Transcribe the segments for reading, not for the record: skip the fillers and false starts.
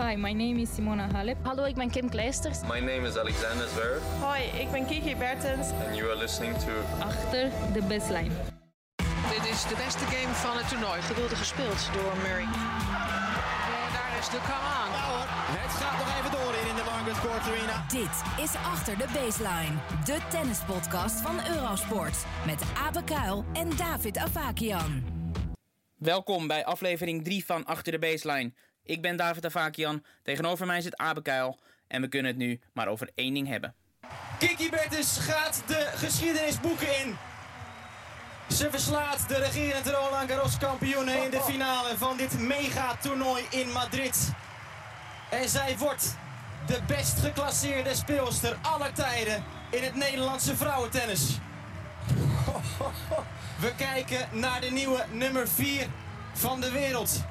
Hi, my name is Simona Halep. Hallo, ik ben Kim Kleisters. My name is Alexander Zverev. Hoi, ik ben Kiki Bertens. And you are listening to Achter de baseline. Dit is de beste game van het toernooi. Geweldig gespeeld door Murray. En daar is de come-on. Nou hoor, het gaat nog even door in de Margaret Court Arena. Dit is Achter de Baseline, de tennispodcast van Eurosport. Met Abe Kuil en David Avakian. Welkom bij aflevering 3 van Achter de Baseline. Ik ben David Avakian, tegenover mij zit Abe Kuil. En we kunnen het nu maar over één ding hebben. Kiki Bertens gaat de geschiedenisboeken in. Ze verslaat de regerend Roland Garros kampioenen in de finale van dit megatoernooi in Madrid. En zij wordt de best geclasseerde speelster aller tijden in het Nederlandse vrouwentennis. We kijken naar de nieuwe nummer 4 van de wereld.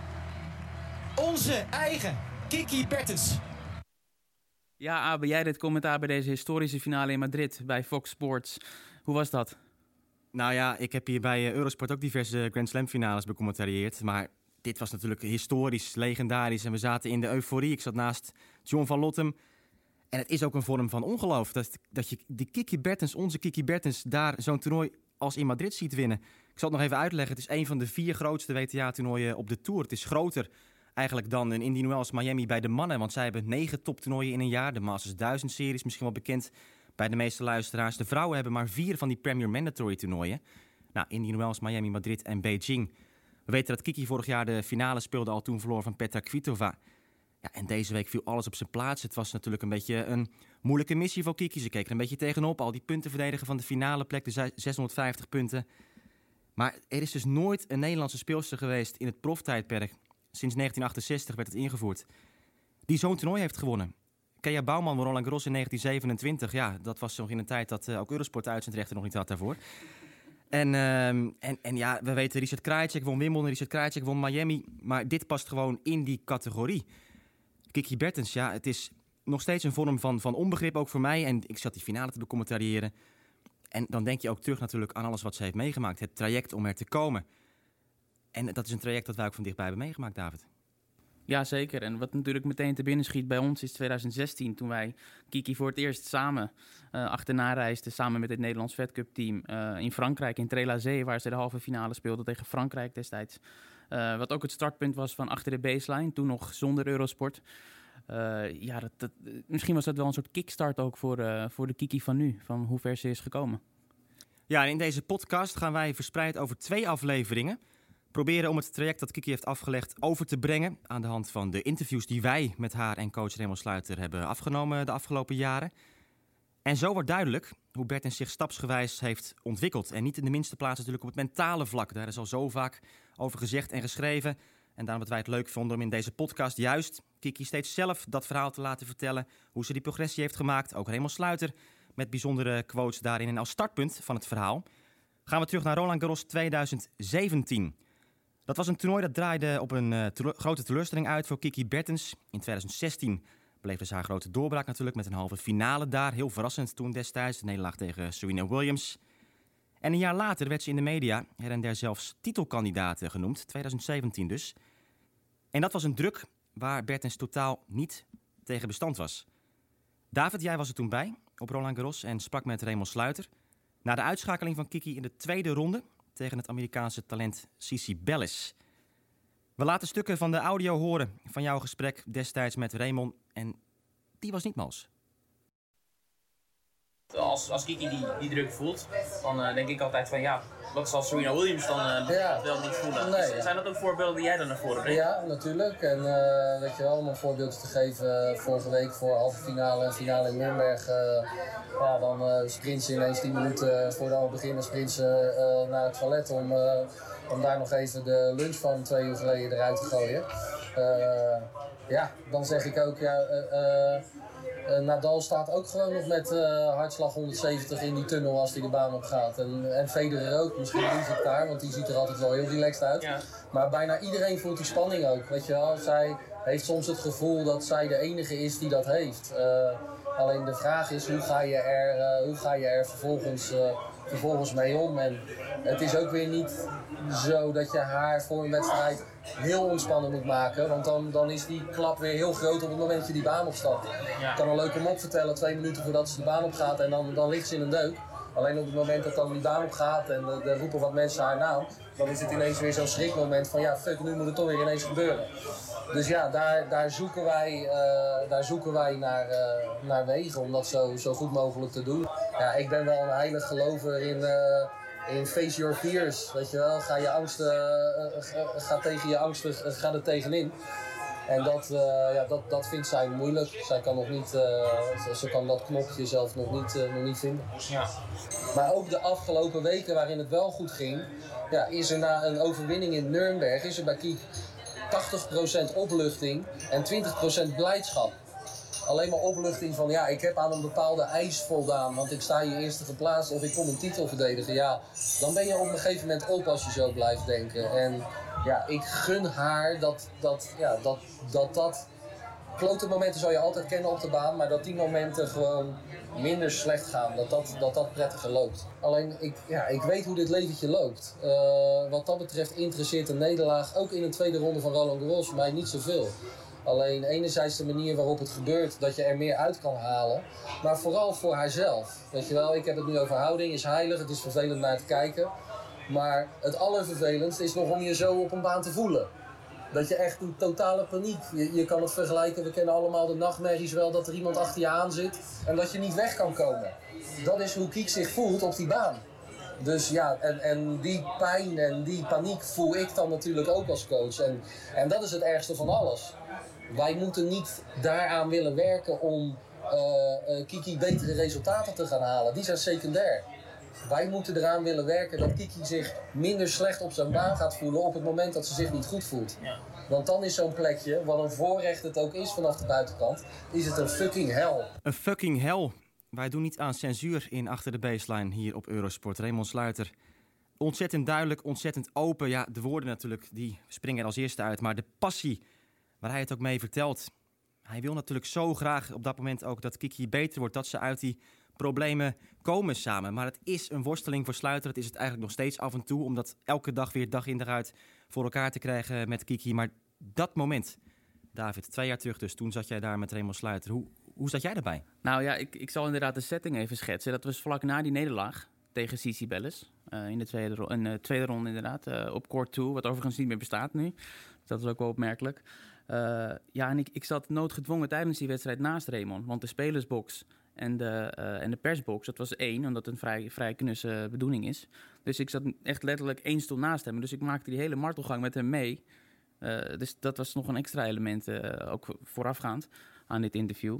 Onze eigen Kiki Bertens. Ja, Abe, jij deed commentaar bij deze historische finale in Madrid bij Fox Sports. Hoe was dat? Nou ja, ik heb hier bij Eurosport ook diverse Grand Slam finales becommentarieerd. Maar dit was natuurlijk historisch, legendarisch. En we zaten in de euforie. Ik zat naast John van Lottem. En het is ook een vorm van ongeloof. Dat je die Kiki Bertens, onze Kiki Bertens, daar zo'n toernooi als in Madrid ziet winnen. Ik zal het nog even uitleggen. Het is een van de 4 grootste WTA-toernooien op de Tour. Het is groter eigenlijk dan een Indian Wells Miami bij de mannen. Want zij hebben 9 toptoernooien in een jaar. De Masters 1000-series, misschien wel bekend bij de meeste luisteraars. De vrouwen hebben maar 4 van die Premier Mandatory toernooien. Nou, Indian Wells, Miami, Madrid en Beijing. We weten dat Kiki vorig jaar de finale speelde, al toen verloor van Petra Kvitova. Ja, en deze week viel alles op zijn plaats. Het was natuurlijk een beetje een moeilijke missie voor Kiki. Ze keek er een beetje tegenop. Al die punten verdedigen van de finale plek, de 650 punten. Maar er is dus nooit een Nederlandse speelster geweest in het proftijdperk. Sinds 1968 werd het ingevoerd. Die zo'n toernooi heeft gewonnen. Keja Bouwman won Roland Garros in 1927. Ja, dat was nog in een tijd dat ook Eurosport de uitzendrechten nog niet had daarvoor. En ja, we weten, Richard Krajicek won Wimbledon, Richard Krajicek won Miami. Maar dit past gewoon in die categorie. Kiki Bertens, ja, het is nog steeds een vorm van onbegrip, ook voor mij. En ik zat die finale te becommentariëren. En dan denk je ook terug natuurlijk aan alles wat ze heeft meegemaakt. Het traject om er te komen. En dat is een traject dat wij ook van dichtbij hebben meegemaakt, David. Ja, zeker. En wat natuurlijk meteen te binnen schiet bij ons is 2016... toen wij Kiki voor het eerst samen achterna reisden... samen met het Nederlands Fed Cup team in Frankrijk, in Trélazé... waar ze de halve finale speelden tegen Frankrijk destijds. Wat ook het startpunt was van Achter de Baseline, toen nog zonder Eurosport. Misschien was dat wel een soort kickstart ook voor de Kiki van nu, van hoe ver ze is gekomen. Ja, en in deze podcast gaan wij verspreid over 2 afleveringen proberen om het traject dat Kiki heeft afgelegd over te brengen aan de hand van de interviews die wij met haar en coach Raymond Sluiter hebben afgenomen de afgelopen jaren. En zo wordt duidelijk hoe Bertens zich stapsgewijs heeft ontwikkeld. En niet in de minste plaats natuurlijk op het mentale vlak. Daar is al zo vaak over gezegd en geschreven. En daarom dat wij het leuk vonden om in deze podcast juist Kiki steeds zelf dat verhaal te laten vertellen. Hoe ze die progressie heeft gemaakt. Ook Raymond Sluiter met bijzondere quotes daarin. En als startpunt van het verhaal gaan we terug naar Roland Garros 2017. Dat was een toernooi dat draaide op een grote teleurstelling uit voor Kiki Bertens. In 2016 bleef dus haar grote doorbraak natuurlijk met een halve finale daar. Heel verrassend toen destijds, de nederlaag tegen Serena Williams. En een jaar later werd ze in de media her en der zelfs titelkandidaat genoemd, 2017 dus. En dat was een druk waar Bertens totaal niet tegen bestand was. David, jij was er toen bij op Roland Garros en sprak met Raymond Sluiter. Na de uitschakeling van Kiki in de tweede ronde tegen het Amerikaanse talent Cici Bellis. We laten stukken van de audio horen van jouw gesprek destijds met Raymond en die was niet mals. Als Kiki die druk voelt, dan denk ik altijd van ja, wat zal Serena Williams dan wel niet voelen? Nee. Zijn dat ook voorbeelden die jij dan naar voren brengt? Ja, natuurlijk. En weet je wel, om een voorbeeld te geven, vorige week voor halve finale en finale in Nürnberg. Dan sprint ze ineens 10 minuten voordat we beginnen, sprint ze naar het toilet om daar nog even de lunch van 2 uur geleden eruit te gooien. Dan zeg ik ook, Nadal staat ook gewoon nog met hartslag 170 in die tunnel als hij de baan op gaat. En Federer ook, misschien niet ik daar, want die ziet er altijd wel heel relaxed uit. Ja. Maar bijna iedereen voelt die spanning ook, weet je wel. Zij heeft soms het gevoel dat zij de enige is die dat heeft. Alleen de vraag is, hoe ga je er vervolgens vervolgens mee om. En het is ook weer niet zo dat je haar voor een wedstrijd heel ontspannen moet maken. Want dan is die klap weer heel groot op het moment dat je die baan opstapt. Je kan een leuke mop vertellen 2 minuten voordat ze de baan op gaat en dan ligt ze in een deuk. Alleen op het moment dat dan die baan op gaat en er roepen wat mensen haar naam, dan is het ineens weer zo'n schrikmoment van ja, fuck, nu moet het toch weer ineens gebeuren. Dus ja, daar zoeken wij naar wegen om dat zo goed mogelijk te doen. Ja, ik ben wel een heilig gelover in face your fears, weet je wel. Ga tegen je angsten, ga er tegenin. En dat vindt zij moeilijk. Zij kan nog niet, ze kan dat knopje zelf nog niet vinden. Ja. Maar ook de afgelopen weken waarin het wel goed ging, ja, is er na een overwinning in Nuremberg, is er bij Kiek 80% opluchting en 20% blijdschap. Alleen maar opluchting van ja, ik heb aan een bepaalde eis voldaan, want ik sta hier eerste geplaatst of ik kom een titel verdedigen. Ja, dan ben je op een gegeven moment op als je zo blijft denken. En ja, ik gun haar dat klote momenten zal je altijd kennen op de baan, maar dat die momenten gewoon minder slecht gaan, dat prettiger loopt. Alleen, ik weet hoe dit leventje loopt. Wat dat betreft interesseert een nederlaag, ook in een tweede ronde van Roland Garros, mij niet zoveel. Alleen enerzijds de manier waarop het gebeurt, dat je er meer uit kan halen. Maar vooral voor haarzelf. Weet je wel, ik heb het nu over houding, is heilig, het is vervelend naar te kijken. Maar het allervervelendste is nog om je zo op een baan te voelen. Dat je echt een totale paniek, je kan het vergelijken, we kennen allemaal de nachtmerries wel, dat er iemand achter je aan zit en dat je niet weg kan komen. Dat is hoe Kiek zich voelt op die baan. Dus ja, en die pijn en die paniek voel ik dan natuurlijk ook als coach. En dat is het ergste van alles. Wij moeten niet daaraan willen werken om Kiki betere resultaten te gaan halen. Die zijn secundair. Wij moeten eraan willen werken dat Kiki zich minder slecht op zijn baan gaat voelen op het moment dat ze zich niet goed voelt. Ja. Want dan is zo'n plekje, wat een voorrecht het ook is vanaf de buitenkant, is het een fucking hel. Een fucking hel. Wij doen niet aan censuur in Achter de Baseline hier op Eurosport. Raymond Sluiter. Ontzettend duidelijk, ontzettend open. Ja, de woorden natuurlijk, die springen er als eerste uit. Maar de passie waar hij het ook mee vertelt. Hij wil natuurlijk zo graag op dat moment ook dat Kiki beter wordt. Dat ze uit die problemen komen samen. Maar het is een worsteling voor Sluiter. Het is het eigenlijk nog steeds af en toe. Om dat elke dag weer dag in dag uit voor elkaar te krijgen met Kiki. Maar dat moment, David, 2 jaar terug dus. Toen zat jij daar met Raymond Sluiter. Hoe zat jij erbij? Nou ja, ik zal inderdaad de setting even schetsen. Dat was vlak na die nederlaag tegen Tsitsipas. In de tweede ronde inderdaad. Op court 2, wat overigens niet meer bestaat nu. Dat is ook wel opmerkelijk. En ik zat noodgedwongen tijdens die wedstrijd naast Raymond. Want de spelersbox en de persbox, dat was 1, omdat het een vrij knusse bedoeling is. Dus ik zat echt letterlijk 1 stoel naast hem. Dus ik maakte die hele martelgang met hem mee. Dus dat was nog een extra element, ook voorafgaand aan dit interview.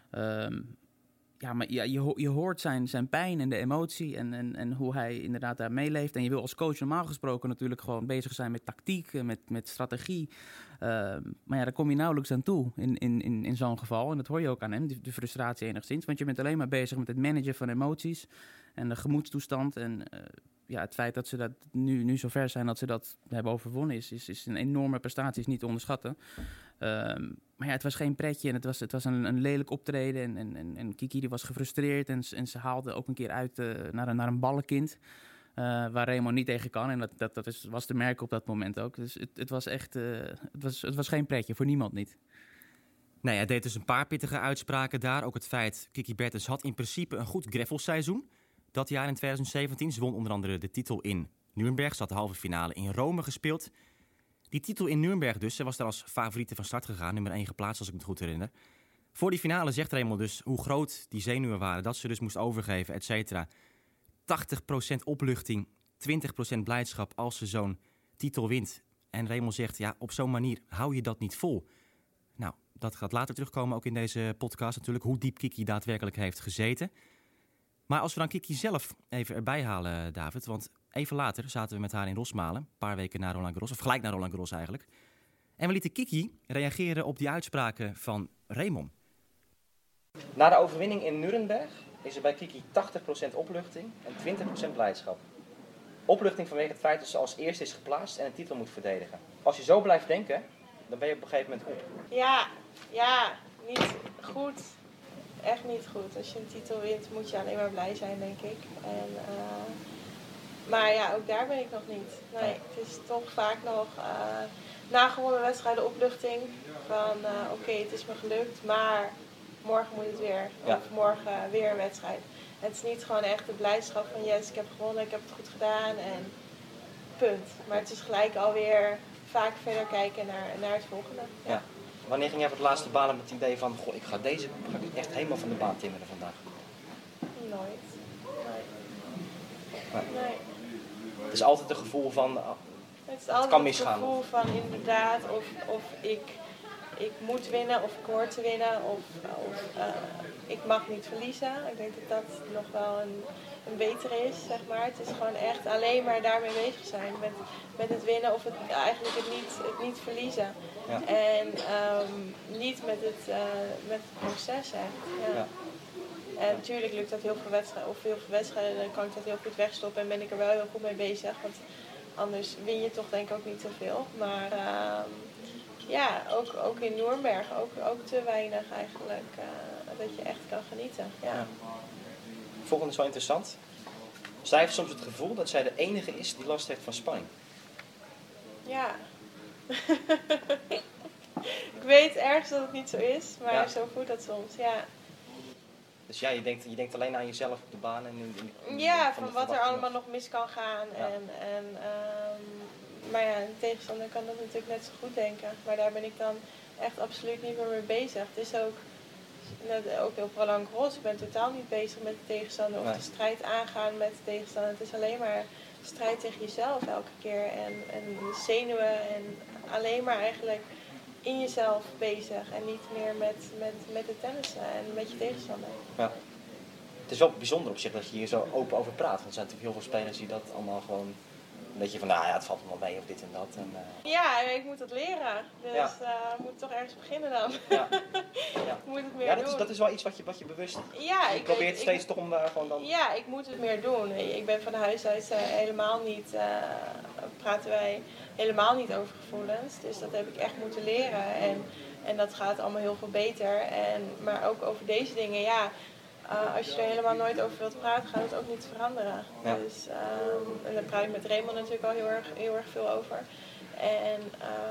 Maar je hoort zijn pijn en de emotie en hoe hij inderdaad daar meeleeft. En je wil als coach normaal gesproken natuurlijk gewoon bezig zijn met tactiek, met strategie. Maar ja, daar kom je nauwelijks aan toe in zo'n geval. En dat hoor je ook aan hem, de frustratie enigszins. Want je bent alleen maar bezig met het managen van emoties en de gemoedstoestand. En het feit dat ze dat nu zover zijn dat ze dat hebben overwonnen is een enorme prestatie, is niet te onderschatten. Maar ja, het was geen pretje en het was een lelijk optreden. En Kiki die was gefrustreerd en ze haalde ook een keer uit naar een ballenkind. Waar Raymond niet tegen kan. En dat was te merken op dat moment ook. Dus het was echt het was geen pretje, voor niemand niet. Nee, hij deed dus een paar pittige uitspraken daar. Ook het feit, Kiki Bertens had in principe een goed greffelseizoen. Dat jaar in 2017. Ze won onder andere de titel in Nuremberg. Ze had de halve finale in Rome gespeeld. Die titel in Nuremberg dus, ze was daar als favoriete van start gegaan. Nummer 1 geplaatst, als ik me goed herinner. Voor die finale zegt Raymond dus hoe groot die zenuwen waren. Dat ze dus moest overgeven, et cetera. 80% opluchting, 20% blijdschap als ze zo'n titel wint. En Raymond zegt, ja, op zo'n manier hou je dat niet vol. Nou, dat gaat later terugkomen, ook in deze podcast natuurlijk. Hoe diep Kiki daadwerkelijk heeft gezeten. Maar als we dan Kiki zelf even erbij halen, David. Want even later zaten we met haar in Rosmalen. Een paar weken na Roland Garros, of gelijk na Roland Garros eigenlijk. En we lieten Kiki reageren op die uitspraken van Raymond. Na de overwinning in Nuremberg is er bij Kiki 80% opluchting en 20% blijdschap. Opluchting vanwege het feit dat ze als eerste is geplaatst en een titel moet verdedigen. Als je zo blijft denken, dan ben je op een gegeven moment op. Ja, niet goed. echt niet goed. Als je een titel wint moet je alleen maar blij zijn, denk ik. Maar ja, ook daar ben ik nog niet. Nee, het is toch vaak nog na gewonnen wedstrijden opluchting van oké, het is me gelukt, maar morgen moet het weer. Ja. Of morgen weer een wedstrijd. En het is niet gewoon echt de blijdschap van yes, ik heb gewonnen, ik heb het goed gedaan en punt. Maar het is gelijk alweer vaak verder kijken naar het volgende. Ja. Wanneer ging jij voor het laatste baan met het idee van, goh, ik ga echt helemaal van de baan timmeren vandaag? Nooit. Nee. Het is altijd een gevoel van, Het is altijd kan het misgaan. gevoel van inderdaad of ik moet winnen of ik hoor te winnen of ik mag niet verliezen. Ik denk dat dat nog wel een betere is, zeg maar. Het is gewoon echt alleen maar daarmee bezig zijn met het winnen of eigenlijk het niet verliezen. Ja. En niet met het proces echt. Ja. En natuurlijk lukt dat heel veel wedstrijden, dan kan ik dat heel goed wegstoppen en ben ik er wel heel goed mee bezig. Want anders win je toch denk ik ook niet zoveel. Maar ja, ook in Nuremberg, ook te weinig eigenlijk, dat je echt kan genieten. Ja. Volgende is wel interessant. Zij heeft soms het gevoel dat zij de enige is die last heeft van spanning. Ja. Ik weet ergens dat het niet zo is, maar zo voelt dat soms, ja. Dus ja, je denkt alleen aan jezelf op de baan. Van wat er allemaal nog mis kan gaan. Ja. Maar ja, een tegenstander kan dat natuurlijk net zo goed denken. Maar daar ben ik dan echt absoluut niet meer mee bezig. Het is ook heel Roland Garros. Ik ben totaal niet bezig met de tegenstander of de strijd aangaan met de tegenstander. Het is alleen maar strijd tegen jezelf elke keer. En zenuwen en alleen maar eigenlijk in jezelf bezig en niet meer met het tennissen en met je tegenstander. Ja. Het is wel bijzonder op zich dat je hier zo open over praat. Want er zijn natuurlijk heel veel spelers die dat allemaal gewoon een beetje van, nou ja, het valt allemaal mee of dit en dat. Ja, ik moet dat leren. Dus ik moet toch ergens beginnen dan. Ja. Ik moet het meer doen. Dat is wel iets wat je bewust... Ja, je probeert steeds toch om daar gewoon dan... Ja, ik moet het meer doen. Ik ben van huis uit helemaal niet... praten wij helemaal niet over gevoelens. Dus dat heb ik echt moeten leren. En dat gaat allemaal heel veel beter. Maar ook over deze dingen, ja... als je er helemaal nooit over wilt praten, gaat het ook niet veranderen. Ja. Dus, en daar praat ik met Raymond natuurlijk al heel erg veel over. En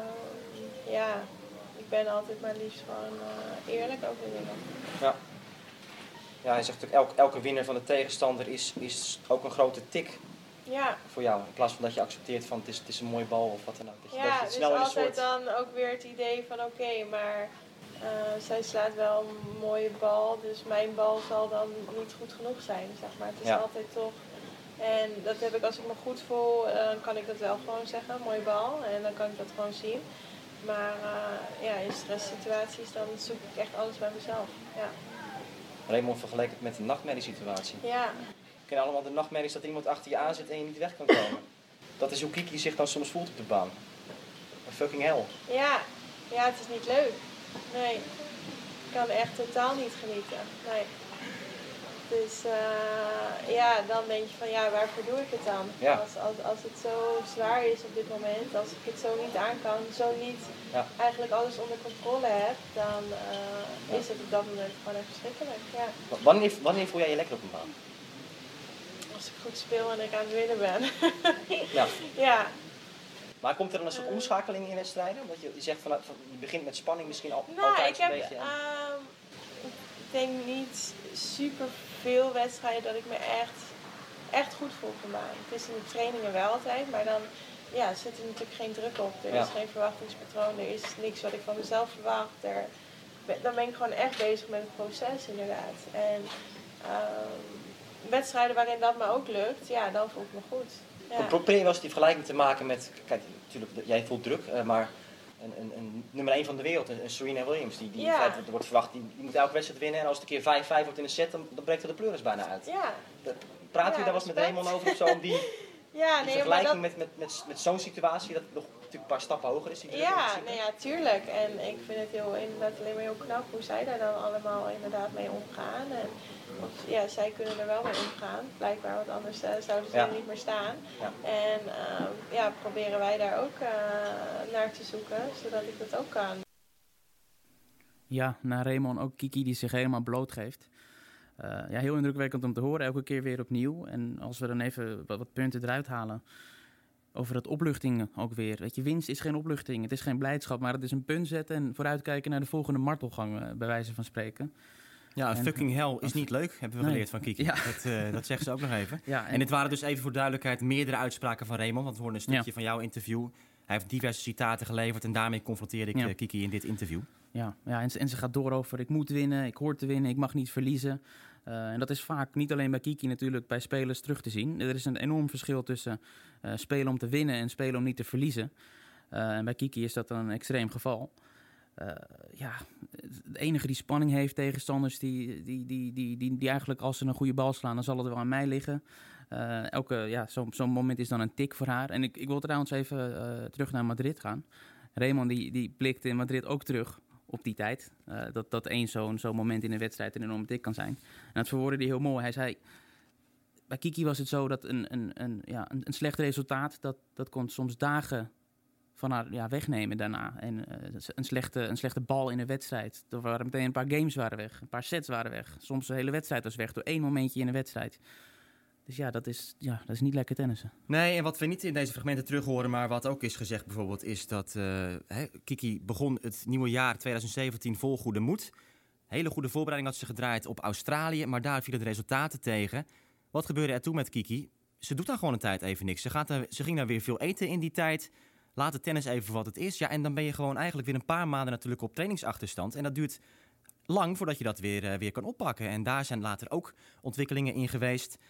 ja, ik ben altijd maar liefst gewoon eerlijk over dingen. Ja. Ja, hij zegt natuurlijk, elke winnaar van de tegenstander is ook een grote tik voor jou. In plaats van dat je accepteert van het is een mooie bal of wat dan ook. Dat je dus snel altijd dan ook weer het idee van oké, maar... zij slaat wel een mooie bal, dus mijn bal zal dan niet goed genoeg zijn, zeg maar. Het is altijd toch... En dat heb ik als ik me goed voel, dan kan ik dat wel gewoon zeggen, mooie bal. En dan kan ik dat gewoon zien. Maar in stresssituaties dan zoek ik echt alles bij mezelf. Ja. Raymond vergeleek het met een nachtmerriesituatie. Ja. We kennen allemaal de nachtmerries dat iemand achter je aan zit en je niet weg kan komen. Dat is hoe Kiki zich dan soms voelt op de baan. Een fucking hell. Ja, het is niet leuk. Nee, ik kan echt totaal niet genieten. Nee. Dus dan denk je van waarvoor doe ik het dan? Ja. Als het zo zwaar is op dit moment, als ik het zo niet aan kan, zo niet eigenlijk alles onder controle heb, dan is het op dat moment gewoon echt verschrikkelijk. Ja. Wanneer voel jij je lekker op een baan? Als ik goed speel en ik aan het winnen ben. Ja. Maar komt er dan een soort omschakeling in wedstrijden? Omdat je zegt van je begint met spanning misschien altijd een beetje. Ik denk niet super veel wedstrijden dat ik me echt goed voel van baan. Het is in de trainingen wel altijd, maar dan zit er natuurlijk geen druk op. Er is geen verwachtingspatroon, er is niks wat ik van mezelf verwacht. Dan ben ik gewoon echt bezig met het proces inderdaad. En wedstrijden waarin dat me ook lukt, dan voel ik me goed. Ja. Probeer je wel eens die vergelijking te maken met, kijk, natuurlijk, jij voelt druk, maar een nummer 1 van de wereld, een Serena Williams, er wordt verwacht, die moet elke wedstrijd winnen en als het een keer 5-5 wordt in een set, dan breekt er de pleuris bijna uit. Ja. Praat je daar was met Raymond over of zo, om die vergelijking met zo'n situatie, dat nog natuurlijk een paar stappen hoger is? Tuurlijk. En ik vind het inderdaad alleen maar heel knap hoe zij daar dan allemaal inderdaad mee omgaan. En, zij kunnen er wel mee omgaan, blijkbaar, want anders zouden ze er niet meer staan. Ja. En proberen wij daar ook naar te zoeken, zodat ik dat ook kan. Ja, naar Raymond ook Kiki die zich helemaal blootgeeft. Heel indrukwekkend om te horen, elke keer weer opnieuw. En als we dan even wat punten eruit halen over dat opluchting ook weer. Weet je, winst is geen opluchting, het is geen blijdschap, maar het is een punt zetten en vooruitkijken naar de volgende martelgang, bij wijze van spreken. Ja, fucking hell is niet leuk, hebben we geleerd van Kiki. Ja. Dat zegt ze ook nog even. Ja, en dit waren dus even voor duidelijkheid meerdere uitspraken van Raymond. Want we hoorden een stukje van jouw interview. Hij heeft diverse citaten geleverd en daarmee confronteerde ik Kiki in dit interview. Ja, en ze gaat door over ik moet winnen, ik hoor te winnen, ik mag niet verliezen. En dat is vaak niet alleen bij Kiki natuurlijk bij spelers terug te zien. Er is een enorm verschil tussen spelen om te winnen en spelen om niet te verliezen. En bij Kiki is dat een extreem geval. De enige die spanning heeft tegenstanders die eigenlijk als ze een goede bal slaan, dan zal het wel aan mij liggen. Zo'n moment is dan een tik voor haar. En ik wil trouwens even terug naar Madrid gaan. Raymond die blikt in Madrid ook terug op die tijd. Dat één zo'n moment in een wedstrijd een enorme tik kan zijn. En dat verwoordde hij heel mooi. Hij zei, bij Kiki was het zo dat een slecht resultaat, dat kon soms dagen van haar wegnemen daarna. En een slechte bal in een wedstrijd. Er waren meteen een paar games waren weg, een paar sets waren weg. Soms de hele wedstrijd was weg door één momentje in een wedstrijd. Dus dat is niet lekker tennissen. Nee, en wat we niet in deze fragmenten terug horen, maar wat ook is gezegd bijvoorbeeld, is dat Kiki begon het nieuwe jaar 2017 vol goede moed. Hele goede voorbereiding had ze gedraaid op Australië, maar daar vielen de resultaten tegen. Wat gebeurde er toen met Kiki? Ze doet dan gewoon een tijd even niks. Ze ging daar weer veel eten in die tijd. Laat de tennis even voor wat het is. Ja, en dan ben je gewoon eigenlijk weer een paar maanden natuurlijk op trainingsachterstand. En dat duurt lang voordat je dat weer kan oppakken. En daar zijn later ook ontwikkelingen in geweest.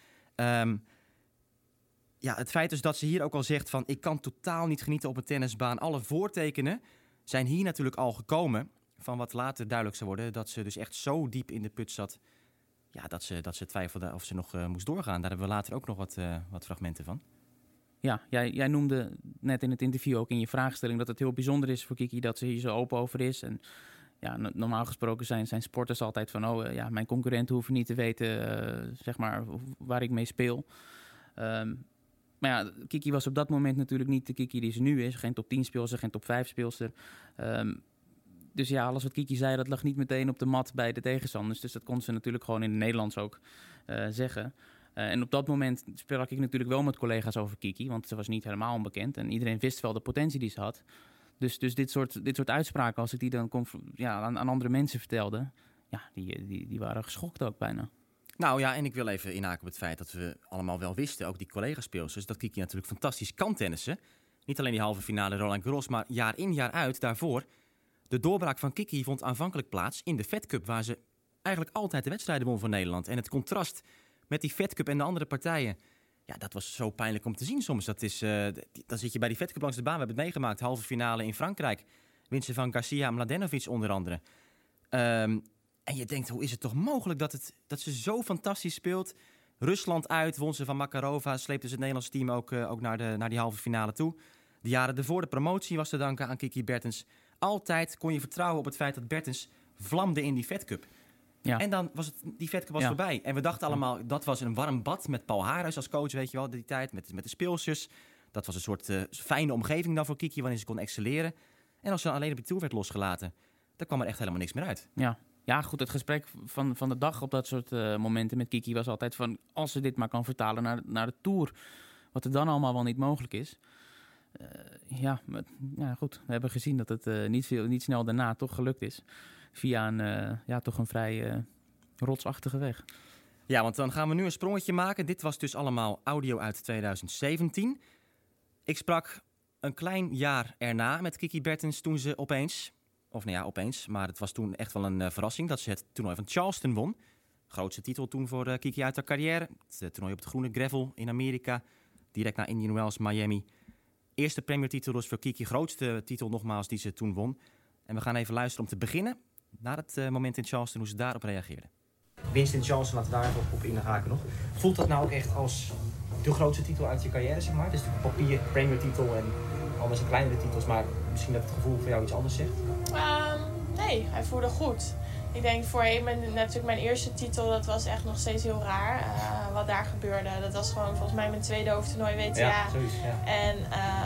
Het feit dus dat ze hier ook al zegt van ik kan totaal niet genieten op een tennisbaan. Alle voortekenen zijn hier natuurlijk al gekomen. Van wat later duidelijk zou worden. Dat ze dus echt zo diep in de put zat. Ja, dat ze twijfelde of ze nog moest doorgaan. Daar hebben we later ook nog wat fragmenten van. Ja, jij noemde net in het interview ook in je vraagstelling dat het heel bijzonder is voor Kiki dat ze hier zo open over is. En normaal gesproken zijn sporters altijd van mijn concurrenten hoeven niet te weten waar ik mee speel. Maar Kiki was op dat moment natuurlijk niet de Kiki die ze nu is. Geen top 10 speelster, geen top 5 speelster. Dus alles wat Kiki zei, dat lag niet meteen op de mat bij de tegenstanders. Dus dat kon ze natuurlijk gewoon in het Nederlands ook zeggen. En op dat moment sprak ik natuurlijk wel met collega's over Kiki, want ze was niet helemaal onbekend. En iedereen wist wel de potentie die ze had. Dus dit soort uitspraken, als ik die dan aan andere mensen vertelde, die waren geschokt ook bijna. Nou ja, en ik wil even inhaken op het feit dat we allemaal wel wisten, ook die collega-speelsters, dat Kiki natuurlijk fantastisch kan tennissen. Niet alleen die halve finale Roland Garros, maar jaar in jaar uit daarvoor. De doorbraak van Kiki vond aanvankelijk plaats in de Fed Cup, waar ze eigenlijk altijd de wedstrijden won van Nederland. En het contrast met die Fed Cup en de andere partijen, dat was zo pijnlijk om te zien soms. Dan zit je bij die Fed Cup langs de baan. We hebben het meegemaakt, halve finale in Frankrijk. Winsten van Garcia Mladenovic onder andere. En je denkt, hoe is het toch mogelijk dat ze zo fantastisch speelt? Rusland uit, won ze van Makarova, sleepte ze het Nederlandse team ook naar die halve finale toe. De jaren ervoor, de promotie was te danken aan Kiki Bertens. Altijd kon je vertrouwen op het feit dat Bertens vlamde in die Fed Cup. Ja. En dan was die Fed Cup voorbij. En we dachten allemaal, dat was een warm bad met Paul Haarhuis als coach, weet je wel, die tijd, met de speelsters. Dat was een soort fijne omgeving dan voor Kiki, wanneer ze kon excelleren. En als ze dan alleen op de tour werd losgelaten, dan kwam er echt helemaal niks meer uit. Ja, goed, het gesprek van de dag op dat soort momenten met Kiki was altijd van, als ze dit maar kan vertalen naar de tour, wat er dan allemaal wel niet mogelijk is. Goed, we hebben gezien dat het niet snel daarna toch gelukt is. Via een vrij rotsachtige weg. Ja, want dan gaan we nu een sprongetje maken. Dit was dus allemaal audio uit 2017. Ik sprak een klein jaar erna met Kiki Bertens toen ze opeens, maar het was toen echt wel een verrassing dat ze het toernooi van Charleston won. Grootste titel toen voor Kiki uit haar carrière. Het toernooi op de groene gravel in Amerika. Direct na Indian Wells, Miami. Eerste Premier titel dus voor Kiki. Grootste titel nogmaals die ze toen won. En we gaan even luisteren om te beginnen naar het moment in Charleston, hoe ze daarop reageerden. Winst in Charleston, laten we daar even op inhaken nog. Voelt dat nou ook echt als de grootste titel uit je carrière, zeg maar? Het is natuurlijk papier, Premier titel en anders kleinere titels, maar misschien dat het gevoel voor jou iets anders zegt? Nee, hij voelde goed. Ik denk voorheen, natuurlijk mijn eerste titel, dat was echt nog steeds heel raar. Wat daar gebeurde, dat was gewoon volgens mij mijn tweede hoofdtoernooi WTA. Ja, zoiets, ja. En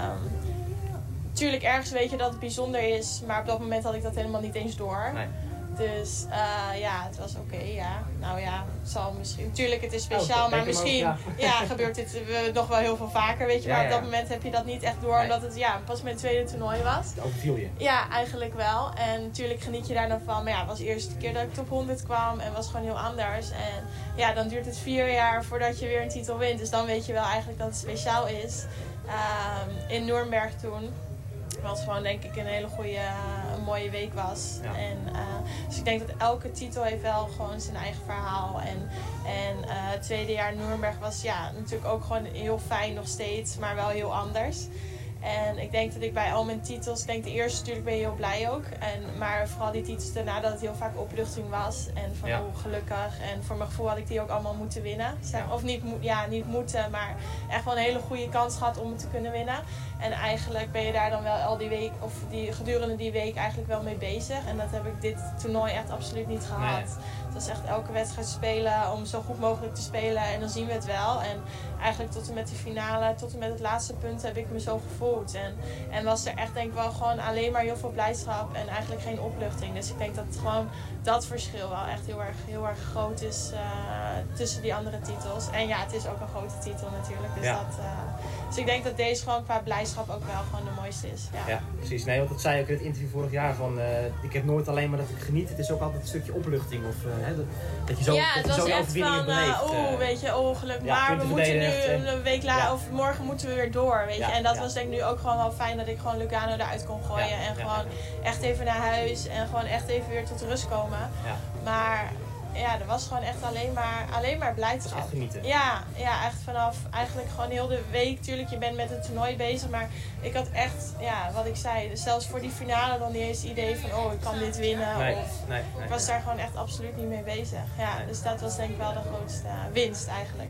natuurlijk ergens weet je dat het bijzonder is, maar op dat moment had ik dat helemaal niet eens door. Nee. Dus het was oké, ja. Nou ja, het zal misschien... Tuurlijk, het is speciaal, maar misschien gebeurt dit nog wel heel veel vaker, weet je. Ja, maar ja. op dat moment heb je dat niet echt door, omdat het pas mijn tweede toernooi was. Dat overviel je. Ja, eigenlijk wel. En natuurlijk geniet je daar dan van. Maar ja, het was de eerste keer dat ik top 100 kwam en was gewoon heel anders. En ja, dan duurt het 4 jaar voordat je weer een titel wint. Dus dan weet je wel eigenlijk dat het speciaal is. In Nuremberg toen. Wat gewoon denk ik een hele goede, mooie week was. Ja. En, dus ik denk dat elke titel heeft wel gewoon zijn eigen verhaal. En het tweede jaar Nuremberg was natuurlijk ook gewoon heel fijn nog steeds. Maar wel heel anders. En ik denk dat ik bij al mijn titels, ik denk de eerste natuurlijk ben je heel blij ook. Maar vooral die titels daarna dat het heel vaak opluchting was. En van hoe gelukkig. En voor mijn gevoel had ik die ook allemaal moeten winnen. Of niet moeten, maar echt wel een hele goede kans gehad om het te kunnen winnen. En eigenlijk ben je daar dan wel al die week, of gedurende die week eigenlijk wel mee bezig. En dat heb ik dit toernooi echt absoluut niet gehad. Nee. Het was echt elke wedstrijd spelen om zo goed mogelijk te spelen. En dan zien we het wel. En eigenlijk tot en met de finale, tot en met het laatste punt heb ik me zo gevoeld. En was er echt denk ik wel gewoon alleen maar heel veel blijdschap en eigenlijk geen opluchting. Dus ik denk dat gewoon dat verschil wel echt heel erg groot is tussen die andere titels. En ja, het is ook een grote titel natuurlijk. Dus, dus ik denk dat deze gewoon qua blijdschap ook wel gewoon de mooiste is. Ja, precies. Nee, want dat zei ik in het interview vorig jaar van ik heb nooit alleen maar dat ik geniet. Het is ook altijd een stukje opluchting. Of dat je zo, het was die echt overwinningen van, beleeft. geluk. Maar we moeten nu een week later of morgen moeten we weer door, weet je. En dat was denk ik nu ook gewoon wel fijn dat ik gewoon Lugano eruit kon gooien. En gewoon echt even naar huis en gewoon echt even weer tot rust komen. Ja. Maar ja, er was gewoon echt alleen maar blijdschap. Echt genieten. Ja, echt vanaf eigenlijk gewoon heel de week. Tuurlijk, je bent met het toernooi bezig. Maar ik had echt, wat ik zei, dus zelfs voor die finale dan niet eens het idee van ik kan dit winnen. Nee, ik was daar gewoon echt absoluut niet mee bezig. Ja, dus dat was denk ik wel de grootste winst eigenlijk.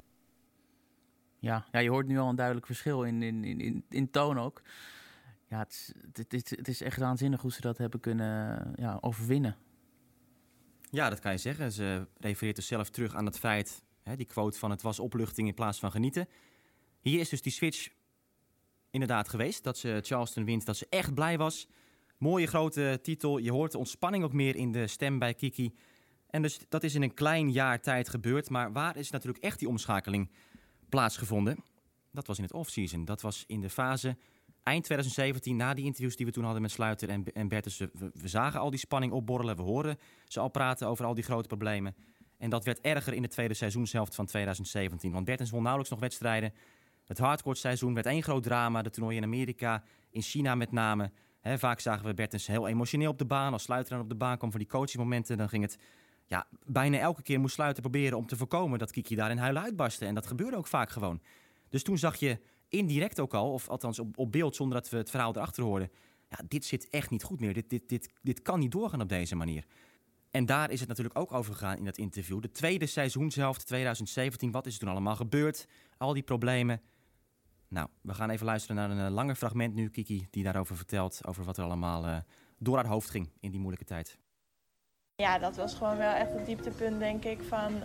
Ja, je hoort nu al een duidelijk verschil in toon ook. Ja, het is echt waanzinnig hoe ze dat hebben kunnen overwinnen. Ja, dat kan je zeggen. Ze refereert dus zelf terug aan het feit, die quote van het was opluchting in plaats van genieten. Hier is dus die switch inderdaad geweest, dat ze Charleston wint, dat ze echt blij was. Mooie grote titel, je hoort de ontspanning ook meer in de stem bij Kiki. En dus dat is in een klein jaar tijd gebeurd, maar waar is natuurlijk echt die omschakeling plaatsgevonden? Dat was in het offseason, dat was in de fase eind 2017, na die interviews die we toen hadden met Sluiter en Bertens. We zagen al die spanning opborrelen, we hoorden ze al praten over al die grote problemen. En dat werd erger in de tweede seizoenshelft van 2017, want Bertens won nauwelijks nog wedstrijden. Het hardcourt seizoen werd één groot drama, de toernooien in Amerika, in China met name. Vaak zagen we Bertens heel emotioneel op de baan. Als Sluiter dan op de baan kwam voor die coachingmomenten, dan ging het bijna elke keer moest Sluiter proberen om te voorkomen dat Kiki daar in huilen uitbarstte. En dat gebeurde ook vaak gewoon. Dus toen zag je indirect ook al, of althans op beeld zonder dat we het verhaal erachter hoorden, dit zit echt niet goed meer. Dit kan niet doorgaan op deze manier. En daar is het natuurlijk ook over gegaan in dat interview. De tweede seizoenshelft 2017, wat is er toen allemaal gebeurd? Al die problemen. Nou, we gaan even luisteren naar een langer fragment nu, Kiki, die daarover vertelt, over wat er allemaal door haar hoofd ging in die moeilijke tijd. Ja, dat was gewoon wel echt het dieptepunt, denk ik, van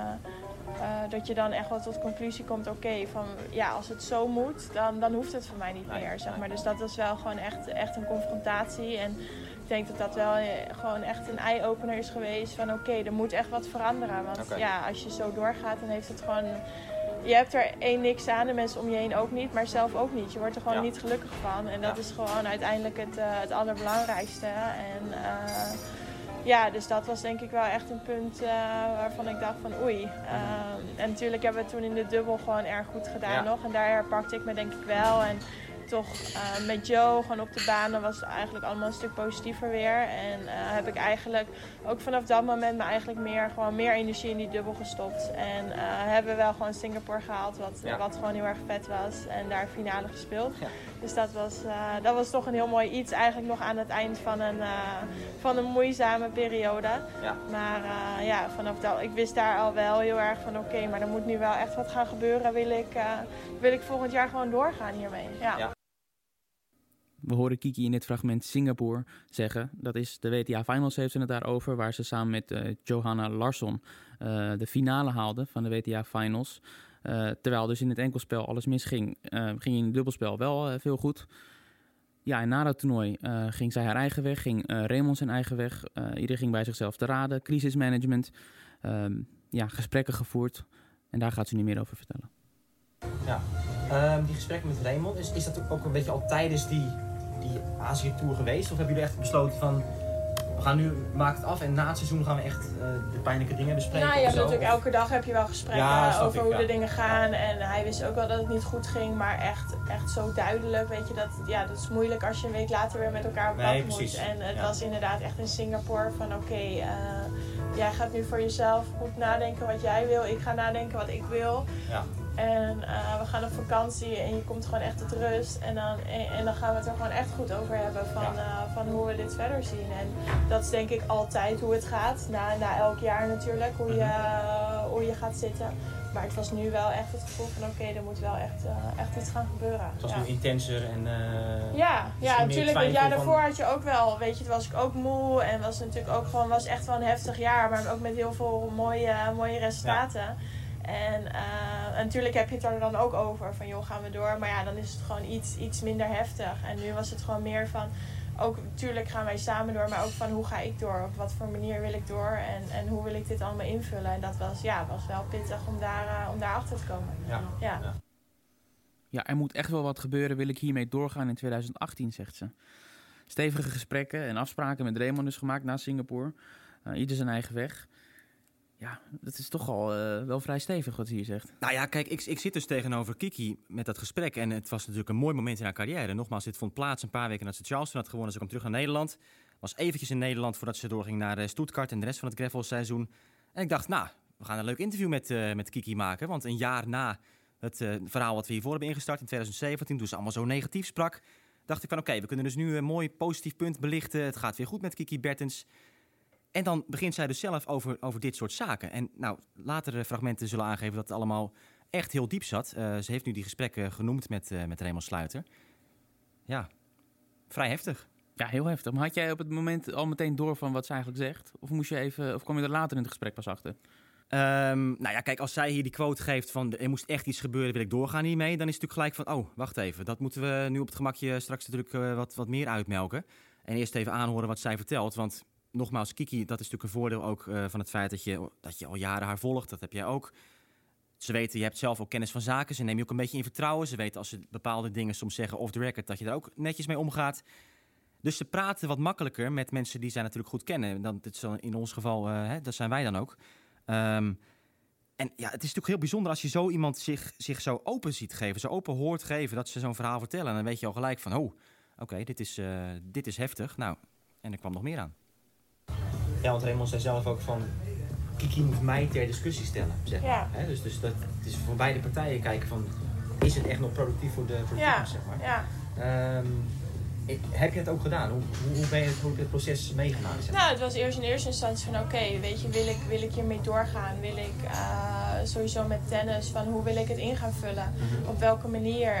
dat je dan echt wel tot de conclusie komt, als het zo moet, dan hoeft het voor mij niet meer, zeg maar. Dus dat was wel gewoon echt een confrontatie. En ik denk dat dat wel gewoon echt een eye-opener is geweest van er moet echt wat veranderen. Want als je zo doorgaat, dan heeft het gewoon... Je hebt er niks aan, de mensen om je heen ook niet, maar zelf ook niet. Je wordt er gewoon niet gelukkig van. En dat is gewoon uiteindelijk het allerbelangrijkste. En dus dat was denk ik wel echt een punt waarvan ik dacht van oei. En natuurlijk hebben we het toen in de dubbel gewoon erg goed gedaan nog. En daar herpakte ik me denk ik wel. En toch met Joe gewoon op de baan, dan was het eigenlijk allemaal een stuk positiever weer. En heb ik eigenlijk ook vanaf dat moment me eigenlijk meer energie in die dubbel gestopt. En hebben we wel gewoon Singapore gehaald, wat gewoon heel erg vet was. En daar finale gespeeld. Ja. Dus dat was toch een heel mooi iets eigenlijk nog aan het eind van een moeizame periode. Ja. Maar vanaf dat, ik wist daar al wel heel erg van maar er moet nu wel echt wat gaan gebeuren. Wil ik volgend jaar gewoon doorgaan hiermee. Ja. We horen Kiki in dit fragment Singapore zeggen. Dat is de WTA Finals heeft ze het daarover, waar ze samen met Johanna Larsson de finale haalde van de WTA Finals. Terwijl dus in het enkelspel alles misging, ging in het dubbelspel wel veel goed. Ja, en na dat toernooi ging zij haar eigen weg, ging Raymond zijn eigen weg. Ieder ging bij zichzelf te raden, crisismanagement, gesprekken gevoerd. En daar gaat ze nu meer over vertellen. Ja, die gesprekken met Raymond, is dat ook een beetje al tijdens die Azië-tour geweest? Of hebben jullie echt besloten van, we gaan nu, maak het af en na het seizoen gaan we echt de pijnlijke dingen bespreken? Nou, je hebt natuurlijk elke dag heb je wel gesprekken over hoe de dingen gaan. Ja. En hij wist ook wel dat het niet goed ging, maar echt zo duidelijk. Weet je, dat is moeilijk als je een week later weer met elkaar op pad moet. En het was inderdaad echt in Singapore van oké, jij gaat nu voor jezelf goed nadenken wat jij wil. Ik ga nadenken wat ik wil. Ja. En we gaan op vakantie en je komt gewoon echt tot rust. En dan gaan we het er gewoon echt goed over hebben van hoe we dit verder zien. En dat is denk ik altijd hoe het gaat. Na elk jaar natuurlijk, hoe je gaat zitten. Maar het was nu wel echt het gevoel van oké, er moet wel echt iets gaan gebeuren. Het was nu intenser en ja, natuurlijk. Het jaar daarvoor had je ook wel, weet je, toen was ik ook moe. En was natuurlijk ook gewoon, was echt wel een heftig jaar. Maar ook met heel veel mooie resultaten. Ja. En natuurlijk heb je het er dan ook over van joh, gaan we door. Maar ja, dan is het gewoon iets minder heftig. En nu was het gewoon meer van, ook natuurlijk gaan wij samen door. Maar ook van hoe ga ik door? Op wat voor manier wil ik door? En hoe wil ik dit allemaal invullen? En dat was wel pittig om daar achter te komen. Ja, er moet echt wel wat gebeuren. Wil ik hiermee doorgaan in 2018, zegt ze. Stevige gesprekken en afspraken met Raymond dus gemaakt na Singapore. Ieder zijn eigen weg. Ja, dat is toch al wel vrij stevig wat ze hier zegt. Nou ja, kijk, ik zit dus tegenover Kiki met dat gesprek. En het was natuurlijk een mooi moment in haar carrière. Nogmaals, dit vond plaats een paar weken nadat ze Charleston had gewonnen. Ze kwam terug naar Nederland. Was eventjes in Nederland voordat ze doorging naar Stuttgart en de rest van het gravelseizoen. En ik dacht, nou, we gaan een leuk interview met Kiki maken. Want een jaar na het verhaal wat we hiervoor hebben ingestart in 2017, toen ze allemaal zo negatief sprak, dacht ik van oké, we kunnen dus nu een mooi positief punt belichten. Het gaat weer goed met Kiki Bertens. En dan begint zij dus zelf over dit soort zaken. En nou, latere fragmenten zullen aangeven dat het allemaal echt heel diep zat. Ze heeft nu die gesprekken genoemd met Raymond Sluiter. Ja, vrij heftig. Ja, heel heftig. Maar had jij op het moment al meteen door van wat ze eigenlijk zegt? Of kwam je er later in het gesprek pas achter? Nou ja, kijk, als zij hier die quote geeft van er moest echt iets gebeuren, wil ik doorgaan hiermee, dan is het natuurlijk gelijk van, oh, wacht even. Dat moeten we nu op het gemakje straks natuurlijk wat meer uitmelken. En eerst even aanhoren wat zij vertelt, want nogmaals, Kiki, dat is natuurlijk een voordeel ook van het feit dat je al jaren haar volgt. Dat heb jij ook. Ze weten, je hebt zelf ook kennis van zaken. Ze nemen je ook een beetje in vertrouwen. Ze weten als ze bepaalde dingen soms zeggen off the record, dat je daar ook netjes mee omgaat. Dus ze praten wat makkelijker met mensen die zij natuurlijk goed kennen. Dat is in ons geval, dat zijn wij dan ook. En ja, het is natuurlijk heel bijzonder als je zo iemand zich zo open ziet geven. Zo open hoort geven dat ze zo'n verhaal vertellen. En dan weet je al gelijk van, oké, dit is heftig. Nou, en er kwam nog meer aan. Ja, want Raymond zei zelf ook van, Kiki moet mij ter discussie stellen, zeg maar. Ja. Dus dat, het is voor beide partijen kijken van, is het echt nog productief voor de toekomst, zeg maar. Ja. Heb je het ook gedaan? Hoe ben je het proces meegemaakt? Zeg maar? Nou, het was eerst in eerste instantie van oké, weet je, wil ik hiermee doorgaan? Wil ik sowieso met tennis, van hoe wil ik het in gaan vullen? Mm-hmm. Op welke manier?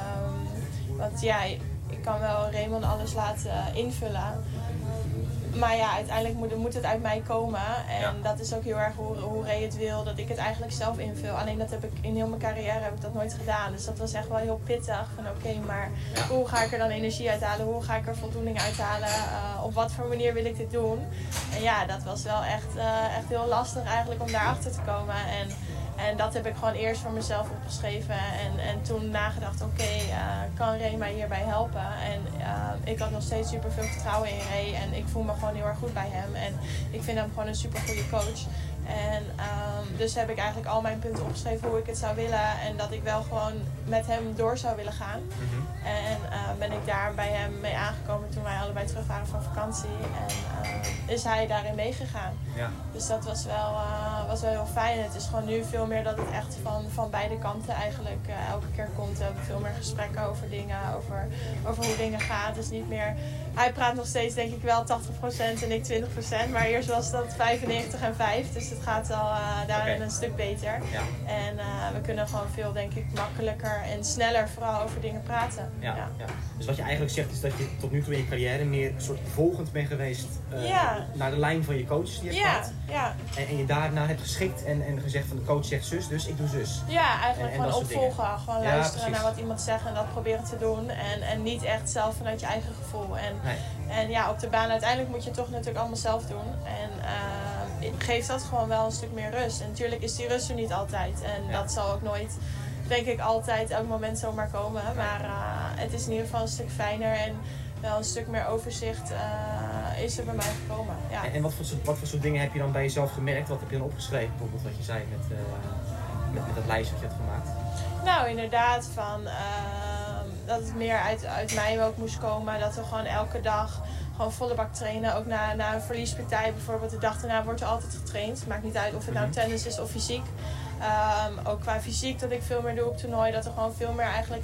Want ja, ik kan wel Raymond alles laten invullen. Maar ja, uiteindelijk moet het uit mij komen. En dat is ook heel erg hoe Ray het wil, dat ik het eigenlijk zelf invul. Alleen dat heb ik in heel mijn carrière heb ik dat nooit gedaan. Dus dat was echt wel heel pittig. Van oké, maar hoe ga ik er dan energie uithalen? Hoe ga ik er voldoening uithalen? Op wat voor manier wil ik dit doen? En ja, dat was wel echt heel lastig eigenlijk om daarachter te komen. En dat heb ik gewoon eerst voor mezelf opgeschreven. En toen nagedacht, kan Ray mij hierbij helpen? En ik had nog steeds super veel vertrouwen in Ray. En ik voel me gewoon heel erg goed bij hem. En ik vind hem gewoon een super goede coach. En dus heb ik eigenlijk al mijn punten opgeschreven hoe ik het zou willen. En dat ik wel gewoon met hem door zou willen gaan. Mm-hmm. En ben ik daar bij hem mee aangekomen toen wij allebei terug waren van vakantie. En is hij daarin meegegaan. Ja. Dus dat was wel heel fijn. Het is gewoon nu veel meer dat het echt van beide kanten eigenlijk elke keer komt. We hebben veel meer gesprekken over dingen, over hoe dingen gaan. Dus niet meer, hij praat nog steeds denk ik wel 80% en ik 20%. Maar eerst was dat 95 en 5. Dus het het gaat al daarin een stuk beter. Ja. En we kunnen gewoon veel, denk ik, makkelijker en sneller vooral over dingen praten. Ja. Dus wat je eigenlijk zegt is dat je tot nu toe in je carrière meer een soort volgend bent geweest naar de lijn van je coach die je hebt gehad. Ja. En je daarna hebt geschikt en gezegd van de coach zegt zus, dus ik doe zus. Ja, eigenlijk en gewoon opvolgen. Gewoon luisteren precies. naar wat iemand zegt en dat proberen te doen. En niet echt zelf vanuit je eigen gevoel. En ja, op de baan uiteindelijk moet je het toch natuurlijk allemaal zelf doen. En geeft dat gewoon wel een stuk meer rust. En natuurlijk is die rust er niet altijd. En dat zal ook nooit, denk ik, altijd elk moment zomaar komen. Maar het is in ieder geval een stuk fijner en wel een stuk meer overzicht is er bij mij gekomen. Ja. En wat voor soort dingen heb je dan bij jezelf gemerkt? Wat heb je dan opgeschreven? Bijvoorbeeld wat je zei met dat lijstje wat je hebt gemaakt. Nou, inderdaad, dat het meer uit mij ook moest komen. Dat we gewoon elke dag gewoon volle bak trainen. Ook na een verliespartij bijvoorbeeld. De dag daarna wordt er altijd getraind. Maakt niet uit of het nou tennis is of fysiek. Ook qua fysiek dat ik veel meer doe op toernooi. Dat er gewoon veel meer eigenlijk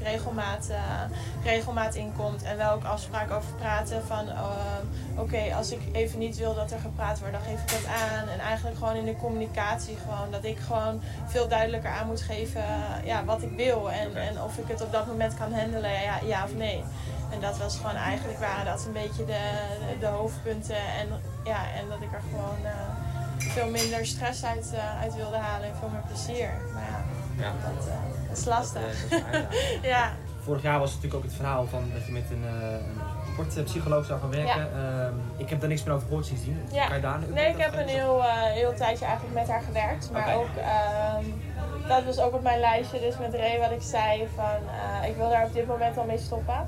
regelmaat in komt. En wel ook afspraken over praten van oké, als ik even niet wil dat er gepraat wordt, dan geef ik dat aan. En eigenlijk gewoon in de communicatie gewoon. Dat ik gewoon veel duidelijker aan moet geven wat ik wil. En of ik het op dat moment kan handelen, ja of nee. En dat was gewoon eigenlijk, waren dat een beetje de hoofdpunten. En dat ik er gewoon veel minder stress uit wilde halen en veel meer plezier. Maar dat is lastig. Ja. Vorig jaar was het natuurlijk ook het verhaal van dat je met een sportpsycholoog zou gaan werken. Ja. Ik heb daar niks meer over gehoord sindsdien. Ja. Kan je daar nee, ik heb een heel tijdje eigenlijk met haar gewerkt. Maar ook, dat was ook op mijn lijstje, dus met Ray wat ik zei van ik wil daar op dit moment al mee stoppen.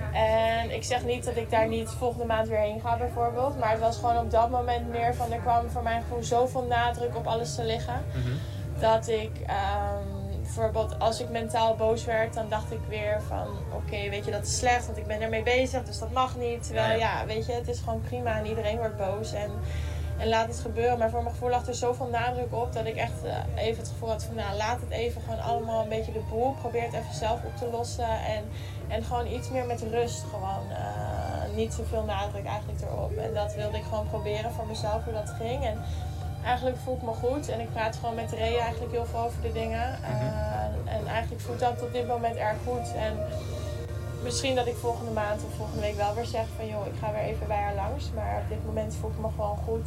En ik zeg niet dat ik daar niet volgende maand weer heen ga bijvoorbeeld. Maar het was gewoon op dat moment meer van, er kwam voor mijn gevoel zoveel nadruk op alles te liggen. Dat ik bijvoorbeeld als ik mentaal boos werd, dan dacht ik weer van oké, weet je, dat is slecht, want ik ben ermee bezig, dus dat mag niet. Terwijl weet je, het is gewoon prima en iedereen wordt boos en laat het gebeuren. Maar voor mijn gevoel lag er zoveel nadruk op dat ik echt even het gevoel had van laat het even gewoon allemaal een beetje de boel. Probeer het even zelf op te lossen en gewoon iets meer met rust gewoon. Niet zoveel nadruk eigenlijk erop. En dat wilde ik gewoon proberen voor mezelf hoe dat ging. En eigenlijk voel ik me goed en ik praat gewoon met Ray eigenlijk heel veel over de dingen. En eigenlijk voelt dat op dit moment erg goed. En misschien dat ik volgende maand of volgende week wel weer zeg van joh, ik ga weer even bij haar langs. Maar op dit moment voel ik me gewoon goed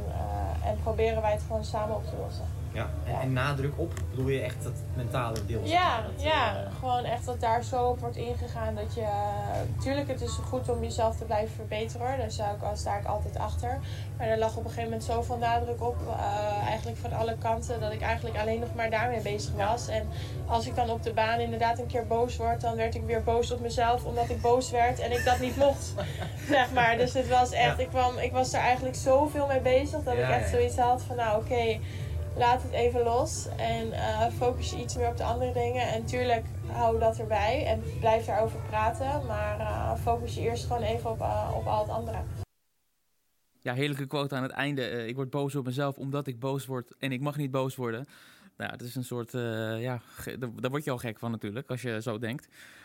en proberen wij het gewoon samen op te lossen. Ja, en nadruk op, bedoel je echt dat mentale deel? Gewoon echt dat daar zo op wordt ingegaan dat je... Tuurlijk, het is goed om jezelf te blijven verbeteren hoor, daar sta ik altijd achter. Maar er lag op een gegeven moment zoveel nadruk op, eigenlijk van alle kanten, dat ik eigenlijk alleen nog maar daarmee bezig was. En als ik dan op de baan inderdaad een keer boos word, dan werd ik weer boos op mezelf omdat ik boos werd en ik dat niet mocht, zeg maar. Dus het was echt, ik was er eigenlijk zoveel mee bezig dat ik echt zoiets had van oké, laat het even los en focus je iets meer op de andere dingen. En tuurlijk hou dat erbij en blijf daarover praten. Maar focus je eerst gewoon even op al het andere. Ja, heerlijke quote aan het einde. Ik word boos op mezelf omdat ik boos word en ik mag niet boos worden. Nou, dat is een soort, daar word je al gek van natuurlijk als je zo denkt.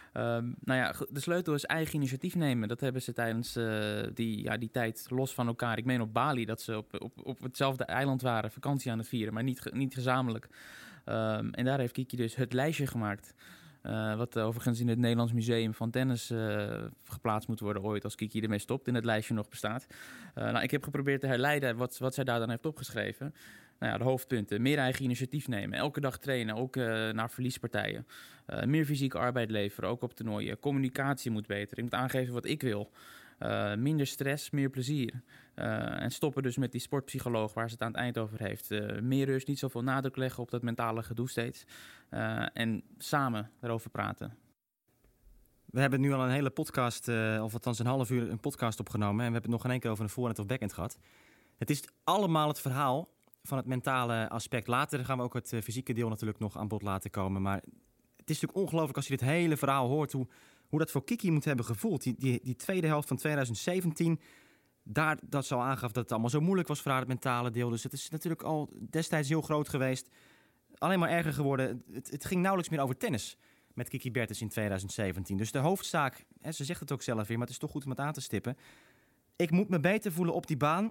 De sleutel is eigen initiatief nemen. Dat hebben ze tijdens die tijd los van elkaar. Ik meen op Bali dat ze op hetzelfde eiland waren, vakantie aan het vieren, maar niet gezamenlijk. En daar heeft Kiki dus het lijstje gemaakt. Wat overigens in het Nederlands Museum van Tennis geplaatst moet worden ooit als Kiki ermee stopt en het lijstje nog bestaat. Ik heb geprobeerd te herleiden wat zij daar dan heeft opgeschreven. De hoofdpunten. Meer eigen initiatief nemen. Elke dag trainen, ook naar verliespartijen. Meer fysieke arbeid leveren, ook op toernooien. Communicatie moet beter. Ik moet aangeven wat ik wil. Minder stress, meer plezier. En stoppen dus met die sportpsycholoog waar ze het aan het eind over heeft. Meer rust, niet zoveel nadruk leggen op dat mentale gedoe steeds. En samen erover praten. We hebben nu al een hele podcast, of althans een half uur een podcast opgenomen. En we hebben het nog geen één keer over een voorhand of backhand gehad. Het is allemaal het verhaal van het mentale aspect. Later gaan we ook het fysieke deel natuurlijk nog aan bod laten komen. Maar het is natuurlijk ongelooflijk als je dit hele verhaal hoort, hoe dat voor Kiki moet hebben gevoeld. Die tweede helft van 2017, dat ze al aangaf dat het allemaal zo moeilijk was voor haar, het mentale deel. Dus het is natuurlijk al destijds heel groot geweest. Alleen maar erger geworden. Het ging nauwelijks meer over tennis met Kiki Bertens in 2017. Dus de hoofdzaak, ze zegt het ook zelf weer, maar het is toch goed om het aan te stippen. Ik moet me beter voelen op die baan.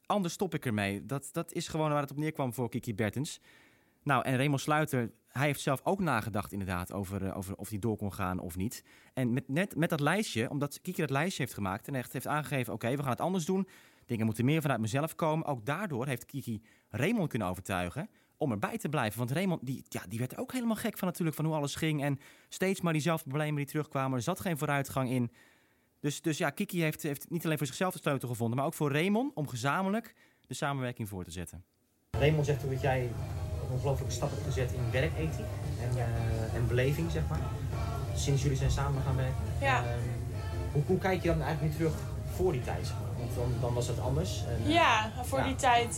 anders stop ik ermee. Dat is gewoon waar het op neerkwam voor Kiki Bertens. Nou, en Raymond Sluiter, hij heeft zelf ook nagedacht inderdaad over of hij door kon gaan of niet. En met dat lijstje, omdat Kiki dat lijstje heeft gemaakt en echt heeft aangegeven, oké, we gaan het anders doen. Dingen moeten meer vanuit mezelf komen. Ook daardoor heeft Kiki Raymond kunnen overtuigen om erbij te blijven. Want Raymond, die werd er ook helemaal gek van natuurlijk, van hoe alles ging. En steeds maar diezelfde problemen die terugkwamen. Er zat geen vooruitgang in. Dus ja, Kiki heeft niet alleen voor zichzelf de sleutel gevonden, maar ook voor Raymond om gezamenlijk de samenwerking voor te zetten. Raymond zegt ook dat jij een ongelooflijke stap hebt gezet in werkethiek en beleving, zeg maar. Sinds jullie zijn samen gaan werken. Ja. Hoe kijk je dan eigenlijk nu terug voor die tijd? Zeg maar? Want dan was het anders. En, voor die tijd,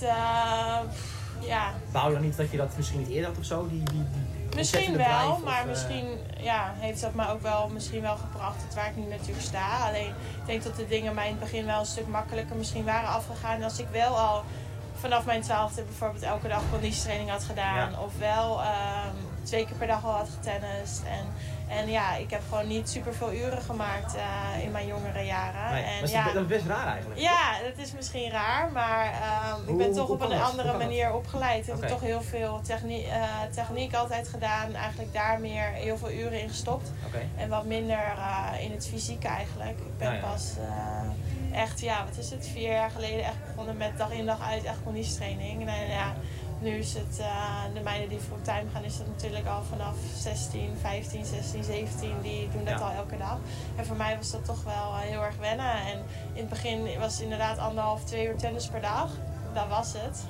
Wou je dan niet dat je dat misschien niet eerder had of zo? Misschien wel, maar misschien heeft dat me ook wel gebracht tot waar ik nu natuurlijk sta. Alleen ik denk dat de dingen mij in het begin wel een stuk makkelijker misschien waren afgegaan als ik wel al vanaf mijn 12e bijvoorbeeld elke dag conditietraining had gedaan. Ja. Of wel 2 keer per dag al had getennist. En ik heb gewoon niet super veel uren gemaakt in mijn jongere jaren. Nee, maar dat is best raar eigenlijk. Ja, dat is misschien raar, maar ik ben toch op een andere manier opgeleid. Ik heb toch heel veel techniek altijd gedaan. Eigenlijk daar meer heel veel uren in gestopt. En wat minder in het fysieke eigenlijk. Ik ben pas echt, 4 jaar geleden echt begonnen met dag in dag uit echt conditietraining. En nu is het, de meiden die fulltime gaan, is dat natuurlijk al vanaf 15, 16, 17, die doen dat al elke dag. En voor mij was dat toch wel heel erg wennen. En in het begin was het inderdaad 1,5-2 uur tennis per dag. Dat was het.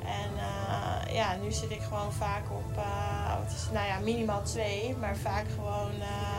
En nu zit ik gewoon vaak op, minimaal 2, maar vaak gewoon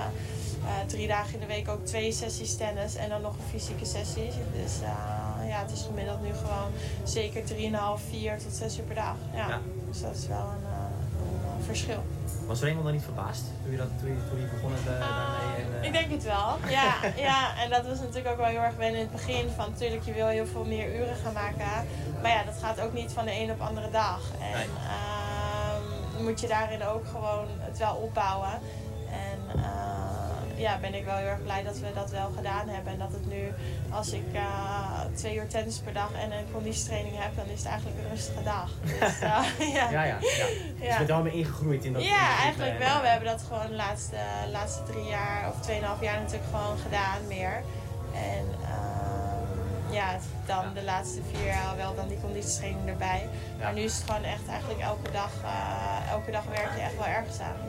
3 dagen in de week ook 2 sessies tennis en dan nog een fysieke sessie. Dus het is gemiddeld nu gewoon zeker 3,5, 4 tot 6 uur per dag. Ja. Dus dat is wel een verschil. Was Raymond dan niet verbaasd toen je begon daarmee? Ik denk het wel. Ja, en dat was natuurlijk ook wel heel erg wennen in het begin. Van natuurlijk, je wil heel veel meer uren gaan maken. Maar dat gaat ook niet van de een op de andere dag. En moet je daarin ook gewoon het wel opbouwen. En ben ik wel heel erg blij dat we dat wel gedaan hebben. En dat het nu, als ik 2 uur tennis per dag en een conditietraining heb, dan is het eigenlijk een rustige dag. Dus, Dus je bent wel mee ingegroeid in dat. Ja, eigenlijk wel. We hebben dat gewoon de laatste 3 jaar of 2,5 jaar natuurlijk gewoon gedaan meer. En dan de laatste 4 jaar wel dan die conditietraining erbij. Ja. Maar nu is het gewoon echt eigenlijk elke dag werk je echt wel ergens aan.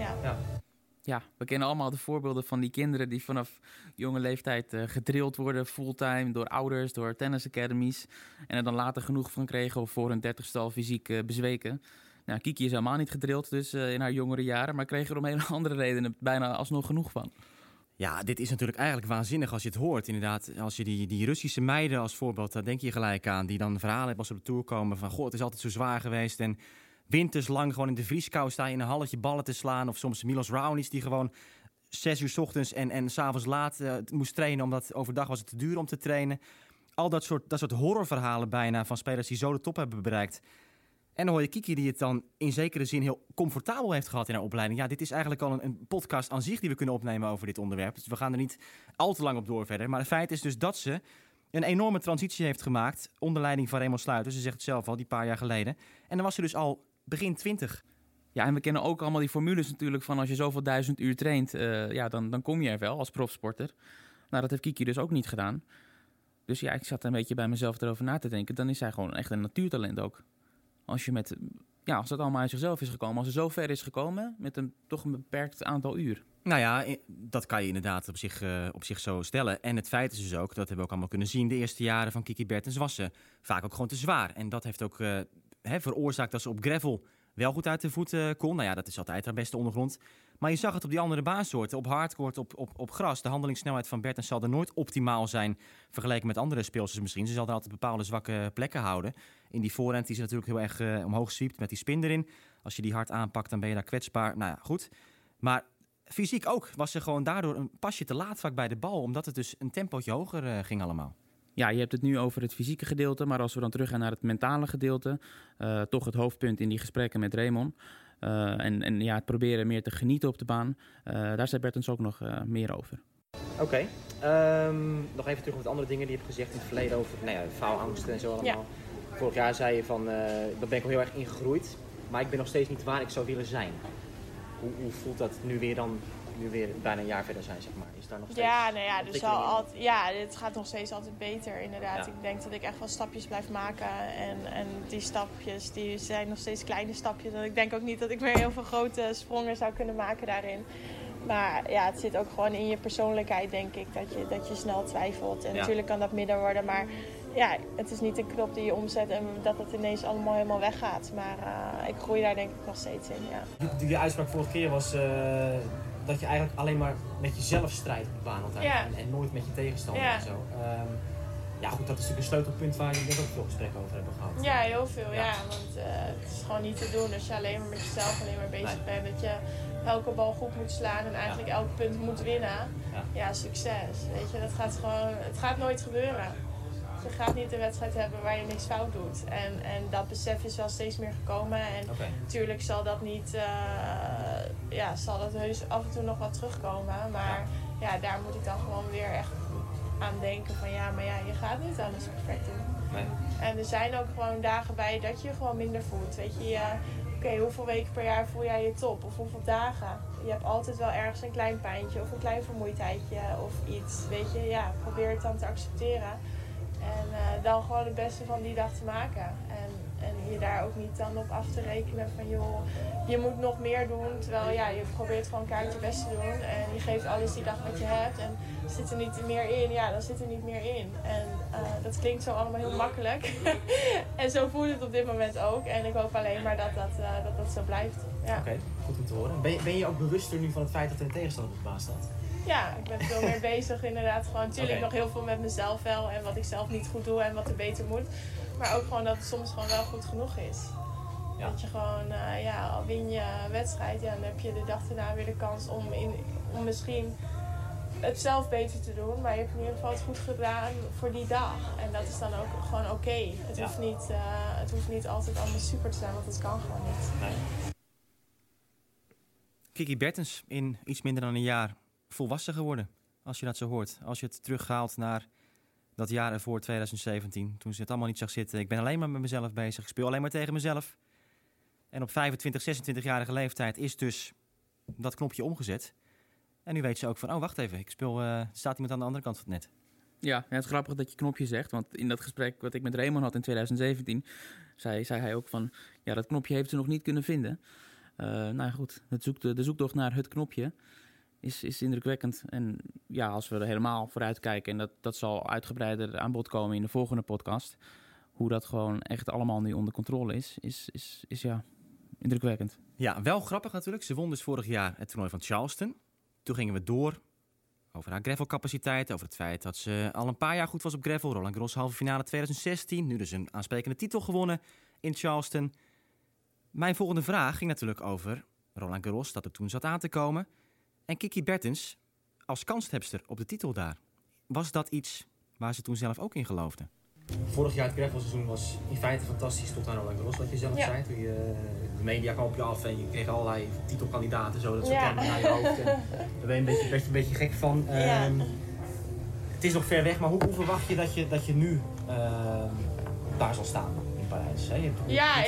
Ja, we kennen allemaal de voorbeelden van die kinderen die vanaf jonge leeftijd gedrild worden, fulltime, door ouders, door tennisacademies. En er dan later genoeg van kregen of voor hun 30ste al fysiek bezweken. Nou, Kiki is helemaal niet gedrild dus in haar jongere jaren, maar kreeg er om hele andere redenen bijna alsnog genoeg van. Ja, dit is natuurlijk eigenlijk waanzinnig als je het hoort. Inderdaad, als je die Russische meiden als voorbeeld, daar denk je gelijk aan. Die dan verhalen hebben als ze op de tour komen van, goh, het is altijd zo zwaar geweest. En winterslang gewoon in de vrieskou staan in een halletje ballen te slaan. Of soms Milos Raonic die gewoon 6 uur 's ochtends en 's avonds laat moest trainen. Omdat overdag was het te duur om te trainen. Al dat soort horrorverhalen bijna van spelers die zo de top hebben bereikt. En dan hoor je Kiki die het dan in zekere zin heel comfortabel heeft gehad in haar opleiding. Ja, dit is eigenlijk al een podcast aan zich die we kunnen opnemen over dit onderwerp. Dus we gaan er niet al te lang op door verder. Maar het feit is dus dat ze een enorme transitie heeft gemaakt onder leiding van Raymond Sluiter. Ze zegt het zelf al, die paar jaar geleden. En dan was ze dus al begin 20. Ja, en we kennen ook allemaal die formules natuurlijk van als je zoveel 1000 uur traint, dan kom je er wel als profsporter. Nou, dat heeft Kiki dus ook niet gedaan. Dus ja, ik zat een beetje bij mezelf erover na te denken. Dan is zij gewoon echt een natuurtalent ook. Als dat allemaal uit zichzelf is gekomen. Als ze zo ver is gekomen met toch een beperkt aantal uur. Nou ja, dat kan je inderdaad op zich zo stellen. En het feit is dus ook, dat hebben we ook allemaal kunnen zien, de eerste jaren van Kiki Bertens was ze vaak ook gewoon te zwaar. En dat heeft ook veroorzaakt dat ze op gravel wel goed uit de voeten kon. Nou ja, dat is altijd haar beste ondergrond. Maar je zag het op die andere baansoorten. Op hardcourt, op gras. De handelingssnelheid van Bertens zal er nooit optimaal zijn vergeleken met andere speelsters misschien. Ze zal er altijd bepaalde zwakke plekken houden. In die voorhand die ze natuurlijk heel erg omhoog zwiept met die spin erin. Als je die hard aanpakt, dan ben je daar kwetsbaar. Nou ja, goed. Maar fysiek ook was ze gewoon daardoor een pasje te laat vaak bij de bal. Omdat het dus een tempootje hoger ging allemaal. Ja, je hebt het nu over het fysieke gedeelte. Maar als we dan teruggaan naar het mentale gedeelte. Toch het hoofdpunt in die gesprekken met Raymond. Het proberen meer te genieten op de baan. Daar zei Bertens ook nog meer over. Oké. Nog even terug op wat andere dingen die je hebt gezegd in het verleden over faalangsten en zo allemaal. Ja. Vorig jaar zei je van, daar ben ik al heel erg ingegroeid. Maar ik ben nog steeds niet waar ik zou willen zijn. Hoe voelt dat nu weer bijna een jaar verder zijn, zeg maar? Is daar nog steeds het gaat nog steeds altijd beter, inderdaad. Ja. Ik denk dat ik echt wel stapjes blijf maken. En die stapjes, die zijn nog steeds kleine stapjes. En ik denk ook niet dat ik meer heel veel grote sprongen zou kunnen maken daarin. Maar ja, het zit ook gewoon in je persoonlijkheid, denk ik, dat je snel twijfelt. En natuurlijk kan dat minder worden, maar ja, het is niet een knop die je omzet en dat het ineens allemaal helemaal weggaat. Maar ik groei daar denk ik nog steeds in, ja. Die uitspraak vorige keer was dat je eigenlijk alleen maar met jezelf strijdt op de baan altijd. Ja. En nooit met je tegenstander en zo. Ja goed, dat is natuurlijk een sleutelpunt waar je net ook veel gesprekken over hebben gehad. Ja, heel veel, ja. Want het is gewoon niet te doen als je alleen maar met jezelf bezig bent. Dat je elke bal goed moet slaan en eigenlijk elk punt moet winnen. Ja, succes. Weet je, het gaat nooit gebeuren. Je gaat niet een wedstrijd hebben waar je niks fout doet. En dat besef is wel steeds meer gekomen. En natuurlijk zal dat niet, zal dat heus af en toe nog wat terugkomen. Maar daar moet ik dan gewoon weer echt aan denken van je gaat niet alles perfect doen. Nee. En er zijn ook gewoon dagen bij dat je je gewoon minder voelt. Weet je, hoeveel weken per jaar voel jij je top? Of hoeveel dagen? Je hebt altijd wel ergens een klein pijntje of een klein vermoeidheidje of iets. Weet je, probeer het dan te accepteren. En dan gewoon het beste van die dag te maken. En je daar ook niet dan op af te rekenen van joh, je moet nog meer doen. Terwijl je probeert gewoon keihard je best te doen. En je geeft alles die dag wat je hebt. En zit er niet meer in, dan zit er niet meer in. En dat klinkt zo allemaal heel makkelijk. En zo voelt het op dit moment ook. En ik hoop alleen maar dat zo blijft. Ja. Oké, goed om te horen. Ben je ook bewuster nu van het feit dat er een tegenstander op de baan staat? Ja, ik ben veel meer bezig inderdaad. Gewoon natuurlijk nog heel veel met mezelf wel. En wat ik zelf niet goed doe en wat er beter moet. Maar ook gewoon dat het soms gewoon wel goed genoeg is. Ja. Dat je gewoon, al win je wedstrijd, dan heb je de dag daarna weer de kans om misschien het zelf beter te doen. Maar je hebt in ieder geval het goed gedaan voor die dag. En dat is dan ook gewoon oké. Het hoeft niet altijd allemaal super te zijn, want dat kan gewoon niet. Nee. Kiki Bertens in iets minder dan een jaar volwassen geworden, als je dat zo hoort. Als je het terughaalt naar dat jaar ervoor, 2017, toen ze het allemaal niet zag zitten. Ik ben alleen maar met mezelf bezig, ik speel alleen maar tegen mezelf. En op 25, 26-jarige leeftijd is dus dat knopje omgezet. En nu weet ze ook van, wacht even, staat iemand aan de andere kant van het net. Ja, het is grappig dat je knopje zegt, want in dat gesprek wat ik met Raymond had in 2017, zei hij ook van, dat knopje heeft ze nog niet kunnen vinden. Goed, de zoektocht naar het knopje is indrukwekkend. En als we er helemaal vooruit kijken, en dat zal uitgebreider aan bod komen in de volgende podcast, hoe dat gewoon echt allemaal nu onder controle is indrukwekkend. Ja, wel grappig natuurlijk. Ze won dus vorig jaar het toernooi van Charleston. Toen gingen we door over haar gravelcapaciteit, over het feit dat ze al een paar jaar goed was op gravel. Roland Garros halve finale 2016, nu dus een aansprekende titel gewonnen in Charleston. Mijn volgende vraag ging natuurlijk over Roland Garros, dat er toen zat aan te komen. En Kiki Bertens als kanshebster op de titel daar. Was dat iets waar ze toen zelf ook in geloofde? Vorig jaar het gravelseizoen was in feite fantastisch tot aan Roland Garros, wat je zelf zei. Toen de media kwam op je af en je kreeg allerlei titelkandidaten, zo, dat soort termen naar je hoofd. En daar ben je een beetje gek van. Het is nog ver weg, maar hoe verwacht je dat je nu daar zal staan? Parijs, hè? Ik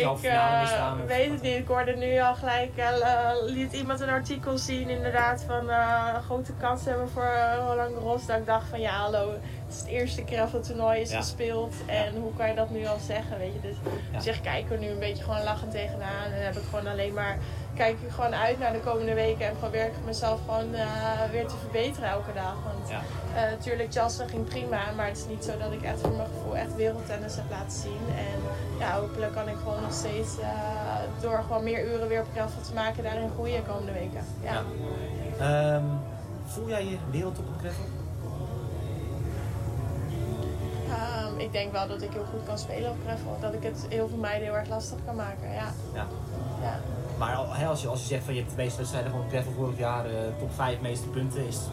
weet het niet. Ik hoorde nu al gelijk, liet iemand een artikel zien inderdaad van grote kans hebben voor Roland Garros. Dat ik dacht van hallo, het is het eerste graveltoernooi is gespeeld en hoe kan je dat nu al zeggen, weet je. Dus ik kijk er nu een beetje gewoon lachend tegenaan en heb ik gewoon kijk ik gewoon uit naar de komende weken en probeer ik mezelf gewoon weer te verbeteren elke dag. Want natuurlijk, Charleston ging prima, maar het is niet zo dat ik echt voor mijn gevoel echt wereldtennis heb laten zien. En hopelijk kan ik gewoon nog steeds door gewoon meer uren weer op gravel te maken daarin groeien de komende weken. Ja. Voel jij je wereldtop op gravel? Ik denk wel dat ik heel goed kan spelen op gravel. Dat ik het heel veel meiden heel erg lastig kan maken, ja. Maar als je zegt van je hebt de meeste wedstrijden gewoon op gravel vorig jaar, top 5 meeste punten is...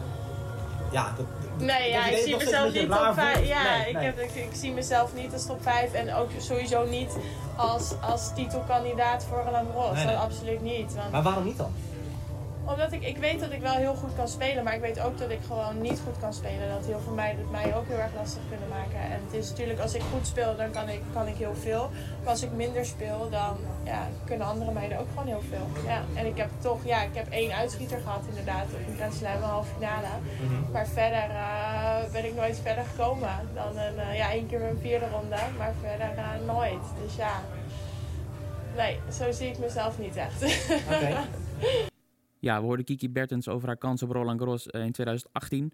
ik zie mezelf niet top 5. Ik zie mezelf niet als top 5 en ook sowieso niet als titelkandidaat voor Roland Garros. Dat absoluut niet. Maar waarom niet dan? Omdat ik weet dat ik wel heel goed kan spelen, maar ik weet ook dat ik gewoon niet goed kan spelen. Dat heel veel meiden het mij ook heel erg lastig kunnen maken. En het is natuurlijk, als ik goed speel, dan kan ik heel veel. Maar als ik minder speel, dan kunnen andere meiden ook gewoon heel veel. Ja. En ik heb 1 uitschieter gehad inderdaad op een Grand Slam, een halve finale. Mm-hmm. Maar verder ben ik nooit verder gekomen dan 1 keer mijn 4e ronde, maar verder nooit. Dus ja, nee, zo zie ik mezelf niet echt. Okay. Ja, we hoorden Kiki Bertens over haar kans op Roland Garros in 2018.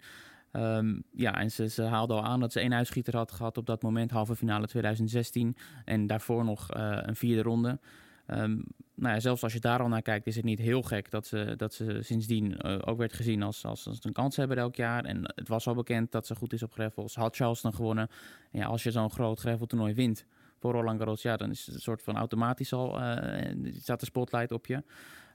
En ze haalde al aan dat ze 1 uitschieter had gehad op dat moment, halve finale 2016. En daarvoor nog een 4e ronde. Zelfs als je daar al naar kijkt, is het niet heel gek dat ze sindsdien ook werd gezien als een kanshebber elk jaar. En het was al bekend dat ze goed is op gravel. Ze had Charleston gewonnen. En ja, als je zo'n groot graveltoernooi wint voor Roland Garros, dan is het een soort van automatisch al, staat de spotlight op je.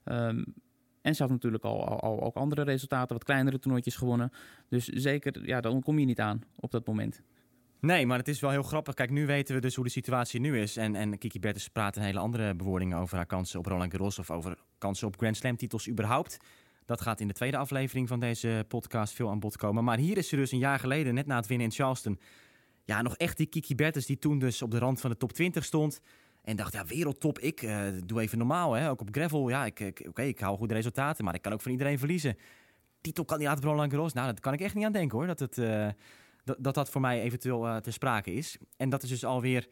En ze had natuurlijk al ook andere resultaten, wat kleinere toernooitjes gewonnen. Dus zeker, dan kom je niet aan op dat moment. Nee, maar het is wel heel grappig. Kijk, nu weten we dus hoe de situatie nu is. En Kiki Bertens praat een hele andere bewoordingen over haar kansen op Roland Garros of over kansen op Grand Slam titels überhaupt. Dat gaat in de 2e aflevering van deze podcast veel aan bod komen. Maar hier is ze dus een jaar geleden, net na het winnen in Charleston, nog echt die Kiki Bertens die toen dus op de rand van de top 20 stond. En dacht, wereldtop, ik doe even normaal. Hè? Ook op gravel, ik hou goede resultaten, maar ik kan ook van iedereen verliezen. Titelkandidaat op Roland Garros, daar kan ik echt niet aan denken hoor. Dat voor mij eventueel ter sprake is. En dat is dus alweer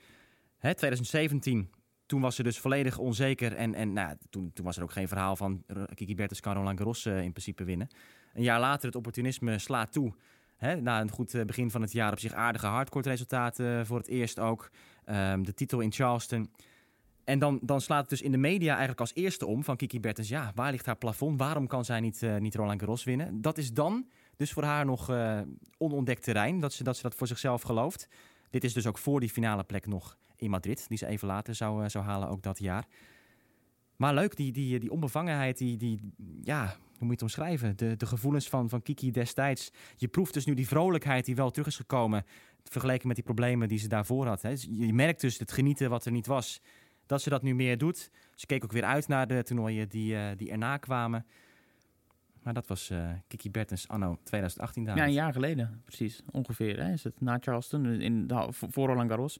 2017. Toen was ze dus volledig onzeker. En toen was er ook geen verhaal van Kiki Bertens kan Roland Garros in principe winnen. Een jaar later, het opportunisme slaat toe. Na een goed begin van het jaar op zich aardige hardcourt resultaten voor het eerst ook. De titel in Charleston. En dan slaat het dus in de media eigenlijk als eerste om van Kiki Bertens. Ja, waar ligt haar plafond? Waarom kan zij niet Roland Garros winnen? Dat is dan dus voor haar nog onontdekt terrein. Dat ze dat voor zichzelf gelooft. Dit is dus ook voor die finale plek nog in Madrid. Die ze even later zou halen, ook dat jaar. Maar leuk, die onbevangenheid, hoe moet je het omschrijven? De gevoelens van Kiki destijds. Je proeft dus nu die vrolijkheid die wel terug is gekomen, vergeleken met die problemen die ze daarvoor had. Hè. Je merkt dus het genieten wat er niet was, dat ze dat nu meer doet. Ze keek ook weer uit naar de toernooien die erna kwamen. Maar dat was Kiki Bertens anno 2018. Dames. Ja, een jaar geleden, precies. Ongeveer is het na Charleston, voor Roland Garros.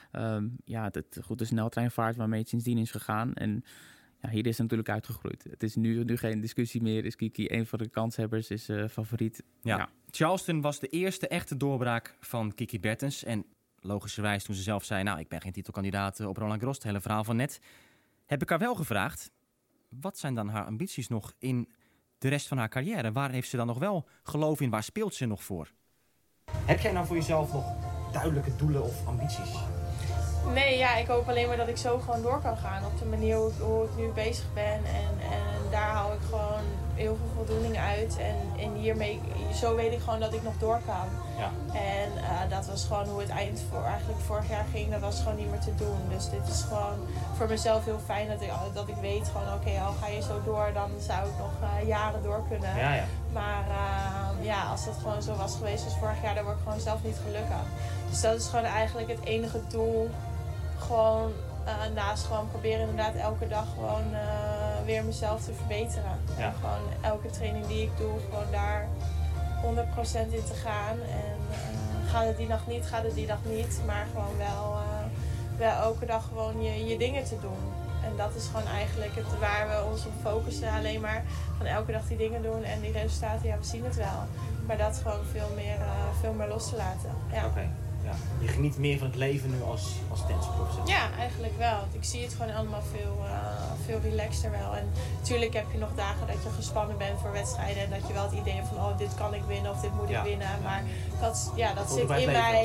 De sneltreinvaart waarmee het sindsdien is gegaan. En hier is het natuurlijk uitgegroeid. Het is nu geen discussie meer. Is Kiki een van de kanshebbers, is favoriet. Ja. Charleston was de eerste echte doorbraak van Kiki Bertens. En logischerwijs toen ze zelf zei, ik ben geen titelkandidaat op Roland Garros, het hele verhaal van net, heb ik haar wel gevraagd, wat zijn dan haar ambities nog in de rest van haar carrière? Waar heeft ze dan nog wel geloof in? Waar speelt ze nog voor? Heb jij nou voor jezelf nog duidelijke doelen of ambities? Nee, ik hoop alleen maar dat ik zo gewoon door kan gaan op de manier hoe ik nu bezig ben. En daar haal ik gewoon heel veel voldoening uit. En hiermee, zo weet ik gewoon dat ik nog door kan. Ja. En dat was gewoon hoe het eind eigenlijk vorig jaar ging. Dat was gewoon niet meer te doen. Dus dit is gewoon voor mezelf heel fijn dat ik weet gewoon al ga je zo door, dan zou ik nog jaren door kunnen. Ja. Maar als dat gewoon zo was geweest als vorig jaar, dan word ik gewoon zelf niet gelukkig. Dus dat is gewoon eigenlijk het enige doel. Gewoon naast gewoon proberen inderdaad elke dag gewoon weer mezelf te verbeteren. Ja. En gewoon elke training die ik doe, gewoon daar 100% in te gaan. En gaat het die dag niet, maar gewoon wel elke dag gewoon je dingen te doen. En dat is gewoon eigenlijk het waar we ons op focussen. Alleen maar van elke dag die dingen doen en die resultaten, we zien het wel. Maar dat gewoon veel meer los te laten. Ja. Okay. Ja. Je geniet meer van het leven nu als tennisprofessor? Ja, eigenlijk wel. Ik zie het gewoon allemaal veel relaxter wel. En natuurlijk heb je nog dagen dat je gespannen bent voor wedstrijden. En dat je wel het idee hebt van, dit kan ik winnen of dit moet ik winnen. Maar dat zit in mij.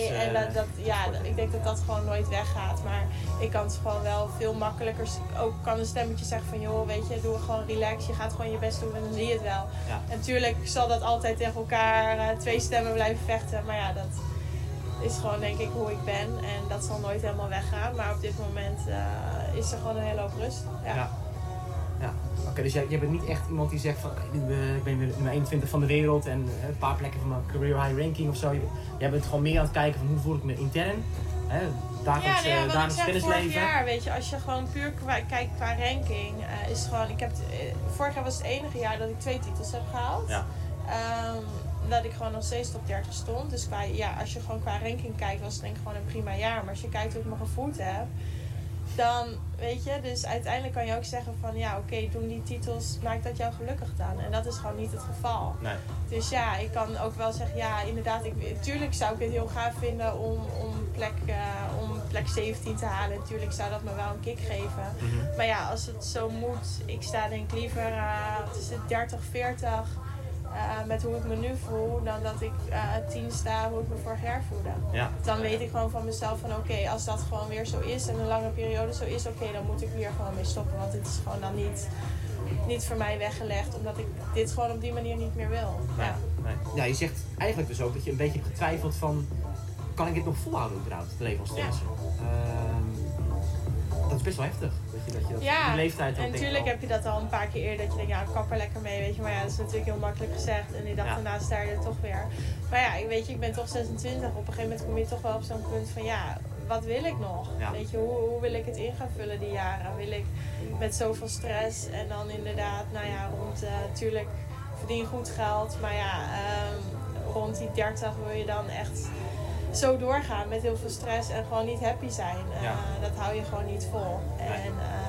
Ik denk dat dat gewoon nooit weggaat. Maar ik kan het gewoon wel veel makkelijker. Ook kan een stemmetje zeggen van, joh, weet je, doe gewoon relax. Je gaat gewoon je best doen en dan zie je het wel. Ja. En natuurlijk zal dat altijd tegen elkaar 2 stemmen blijven vechten. Maar dat is gewoon denk ik hoe ik ben en dat zal nooit helemaal weggaan. Maar op dit moment is er gewoon een hele hoop rust. Ja. Oké, dus jij bent niet echt iemand die zegt van ik ben nummer 21 van de wereld en een paar plekken van mijn career high ranking of zo. Jij bent gewoon meer aan het kijken van hoe voel ik me intern. dagelijks tennisleven. tennisleven. Vorig jaar, weet je, als je gewoon puur kijkt qua ranking, is het gewoon. Vorig jaar was het enige jaar dat ik 2 titels heb gehaald. Ja. Dat ik gewoon nog steeds top 30 stond. Dus als je gewoon qua ranking kijkt, was het denk ik gewoon een prima jaar. Maar als je kijkt hoe ik me gevoeld heb, dan weet je, dus uiteindelijk kan je ook zeggen van doen die titels, maakt dat jou gelukkig dan? En dat is gewoon niet het geval. Nee. Dus ik kan ook wel zeggen, inderdaad, tuurlijk zou ik het heel gaaf vinden om plek 17 te halen. Tuurlijk zou dat me wel een kick geven. Mm-hmm. Maar als het zo moet, ik sta denk ik liever tussen 30, 40 met hoe ik me nu voel, dan dat ik 10 sta hoe ik me vorig jaar voelde. Ja. Dan weet ik gewoon van mezelf van als dat gewoon weer zo is en een lange periode zo is, dan moet ik hier gewoon mee stoppen. Want dit is gewoon dan niet voor mij weggelegd, omdat ik dit gewoon op die manier niet meer wil. Nee. Ja, je zegt eigenlijk dus ook dat je een beetje hebt getwijfeld van, kan ik dit nog volhouden überhaupt, het leven als tennisser? Dat is best wel heftig. Dat je die leeftijd en natuurlijk heb je dat al een paar keer eerder, dat je denkt, ik kap er lekker mee, weet je. Maar dat is natuurlijk heel makkelijk gezegd. En die dag daarna sta je er toch weer. Maar ik ben toch 26. Op een gegeven moment kom je toch wel op zo'n punt van, wat wil ik nog? Ja. Weet je, hoe wil ik het in gaan vullen die jaren? Wil ik met zoveel stress en dan inderdaad, natuurlijk verdien je goed geld. Maar rond die 30 wil je dan echt zo doorgaan met heel veel stress en gewoon niet happy zijn. Dat hou je gewoon niet vol. En,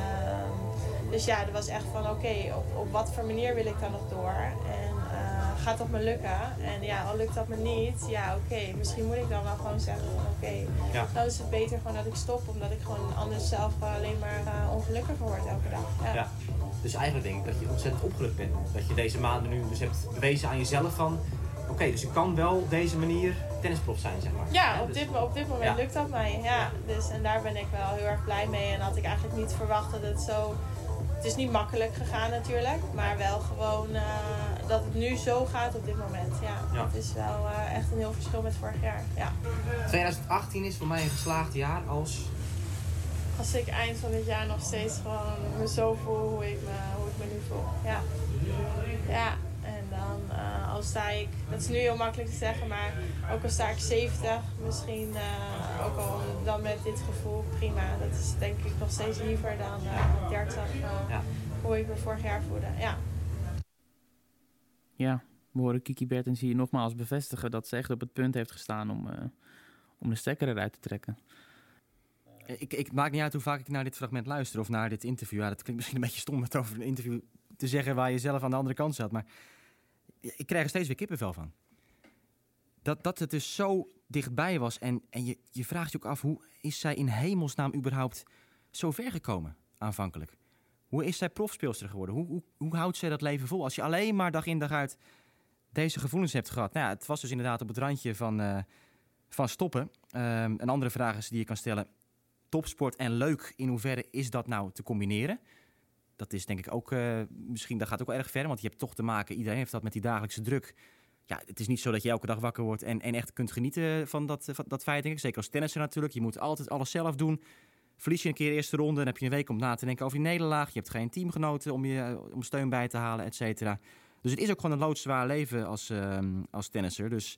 dus er was echt van op wat voor manier wil ik dan nog door? En gaat dat me lukken? En al lukt dat me niet, misschien moet ik dan wel gewoon zeggen van dan is het beter gewoon dat ik stop, omdat ik gewoon anders zelf alleen maar ongelukkiger word elke dag. Ja. Dus eigenlijk denk ik dat je ontzettend opgelucht bent. Dat je deze maanden nu dus hebt bewezen aan jezelf van, dus ik kan wel op deze manier tennisprof zijn, zeg maar. Ja, op dit moment lukt dat mij. Ja. Dus, en daar ben ik wel heel erg blij mee. En had ik eigenlijk niet verwacht dat het zo... Het is niet makkelijk gegaan natuurlijk, maar wel gewoon dat het nu zo gaat op dit moment. Ja. Het is wel echt een heel verschil met vorig jaar. Ja. 2018 is voor mij een geslaagd jaar als ik eind van dit jaar nog steeds gewoon me zo voel hoe ik me nu voel. Ja. Ja. En dan al sta ik, dat is nu heel makkelijk te zeggen, maar ook al sta ik 70, misschien ook al dan met dit gevoel, prima. Dat is denk ik nog steeds liever dan 30, hoe ik me vorig jaar voelde. Ja, we horen Kiki Bertens hier nogmaals bevestigen dat ze echt op het punt heeft gestaan om de stekker eruit te trekken. Ik maak niet uit hoe vaak ik naar dit fragment luister of naar dit interview. Ja, dat klinkt misschien een beetje stom om het over een interview te zeggen waar je zelf aan de andere kant zat, maar ik krijg er steeds weer kippenvel van. Dat het dus zo dichtbij was en je vraagt je ook af, hoe is zij in hemelsnaam überhaupt zo ver gekomen aanvankelijk? Hoe is zij profspeelster geworden? Hoe houdt zij dat leven vol als je alleen maar dag in dag uit deze gevoelens hebt gehad? Nou ja, het was dus inderdaad op het randje van stoppen. Een andere vraag is die je kan stellen, topsport en leuk, in hoeverre is dat nou te combineren? Dat is denk ik ook, misschien dat gaat ook wel erg ver, want je hebt toch te maken, iedereen heeft dat met die dagelijkse druk. Ja, het is niet zo dat je elke dag wakker wordt en echt kunt genieten van dat feit, denk ik. Zeker als tennisser natuurlijk, je moet altijd alles zelf doen. Verlies je een keer de eerste ronde, dan heb je een week om na te denken over die nederlaag. Je hebt geen teamgenoten om steun bij te halen, et cetera. Dus het is ook gewoon een loodzwaar leven als tennisser. Dus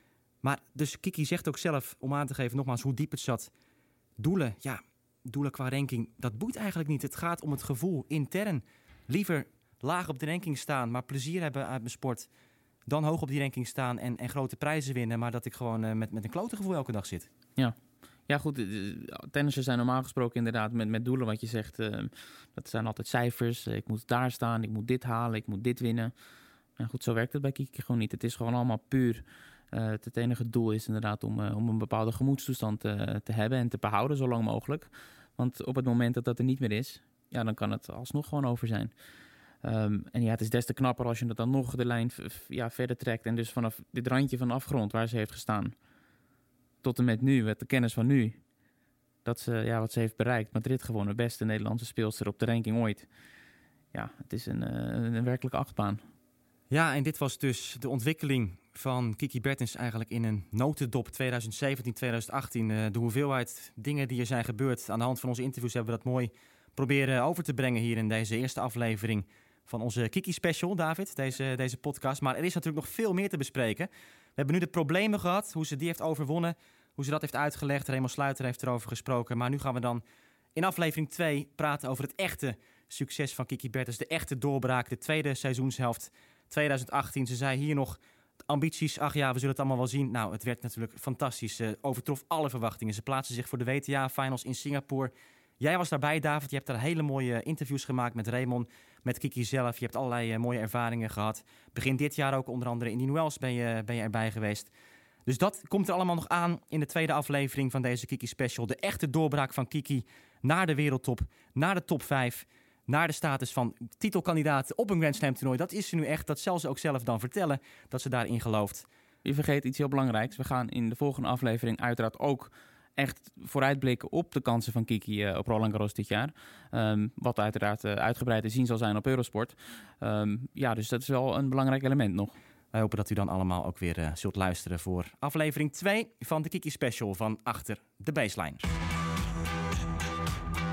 Kiki zegt ook zelf, om aan te geven nogmaals hoe diep het zat, doelen qua ranking, dat boeit eigenlijk niet. Het gaat om het gevoel intern. Liever laag op de ranking staan, maar plezier hebben uit mijn sport, dan hoog op die ranking staan en grote prijzen winnen, maar dat ik gewoon met een klote gevoel elke dag zit. Ja, goed. Tennissers zijn normaal gesproken inderdaad met doelen, wat je zegt. Dat zijn altijd cijfers. Ik moet daar staan, ik moet dit halen, ik moet dit winnen. En goed, zo werkt het bij Kiki gewoon niet. Het is gewoon allemaal puur. Het enige doel is inderdaad om een bepaalde gemoedstoestand te hebben en te behouden zo lang mogelijk. Want op het moment dat dat er niet meer is, dan kan het alsnog gewoon over zijn. En het is des te knapper als je dat dan nog de lijn verder trekt. En dus vanaf dit randje van de afgrond waar ze heeft gestaan, tot en met nu, met de kennis van nu, dat ze, wat ze heeft bereikt. Madrid gewoon de beste Nederlandse speelster op de ranking ooit. Ja, het is een werkelijke achtbaan. Ja, en dit was dus de ontwikkeling van Kiki Bertens eigenlijk in een notendop 2017-2018. De hoeveelheid dingen die er zijn gebeurd. Aan de hand van onze interviews hebben we dat mooi proberen over te brengen hier in deze eerste aflevering van onze Kiki Special, David, deze podcast. Maar er is natuurlijk nog veel meer te bespreken. We hebben nu de problemen gehad, hoe ze die heeft overwonnen. hoe ze dat heeft uitgelegd. Raymond Sluiter heeft erover gesproken. Maar nu gaan we dan in aflevering 2 praten over het echte succes van Kiki Bertens. De echte doorbraak, de tweede seizoenshelft 2018. Ze zei hier nog, ambities, ach ja, we zullen het allemaal wel zien. Nou, het werd natuurlijk fantastisch. Overtrof alle verwachtingen. Ze plaatsen zich voor de WTA-finals in Singapore. Jij was daarbij, David. Je hebt daar hele mooie interviews gemaakt met Raymond, met Kiki zelf. Je hebt allerlei mooie ervaringen gehad. Begin dit jaar ook onder andere in Indian Wells ben je erbij geweest. Dus dat komt er allemaal nog aan in de tweede aflevering van deze Kiki Special. De echte doorbraak van Kiki naar de wereldtop, naar de top 5... naar de status van titelkandidaat op een Grand Slam toernooi. Dat is ze nu echt. Dat zal ze ook zelf dan vertellen, dat ze daarin gelooft. Je vergeet iets heel belangrijks. We gaan in de volgende aflevering uiteraard ook echt vooruitblikken op de kansen van Kiki op Roland Garros dit jaar. Wat uiteraard uitgebreid te zien zal zijn op Eurosport. Dus dat is wel een belangrijk element nog. Wij hopen dat u dan allemaal ook weer zult luisteren voor aflevering 2 van de Kiki Special van Achter de Baseline.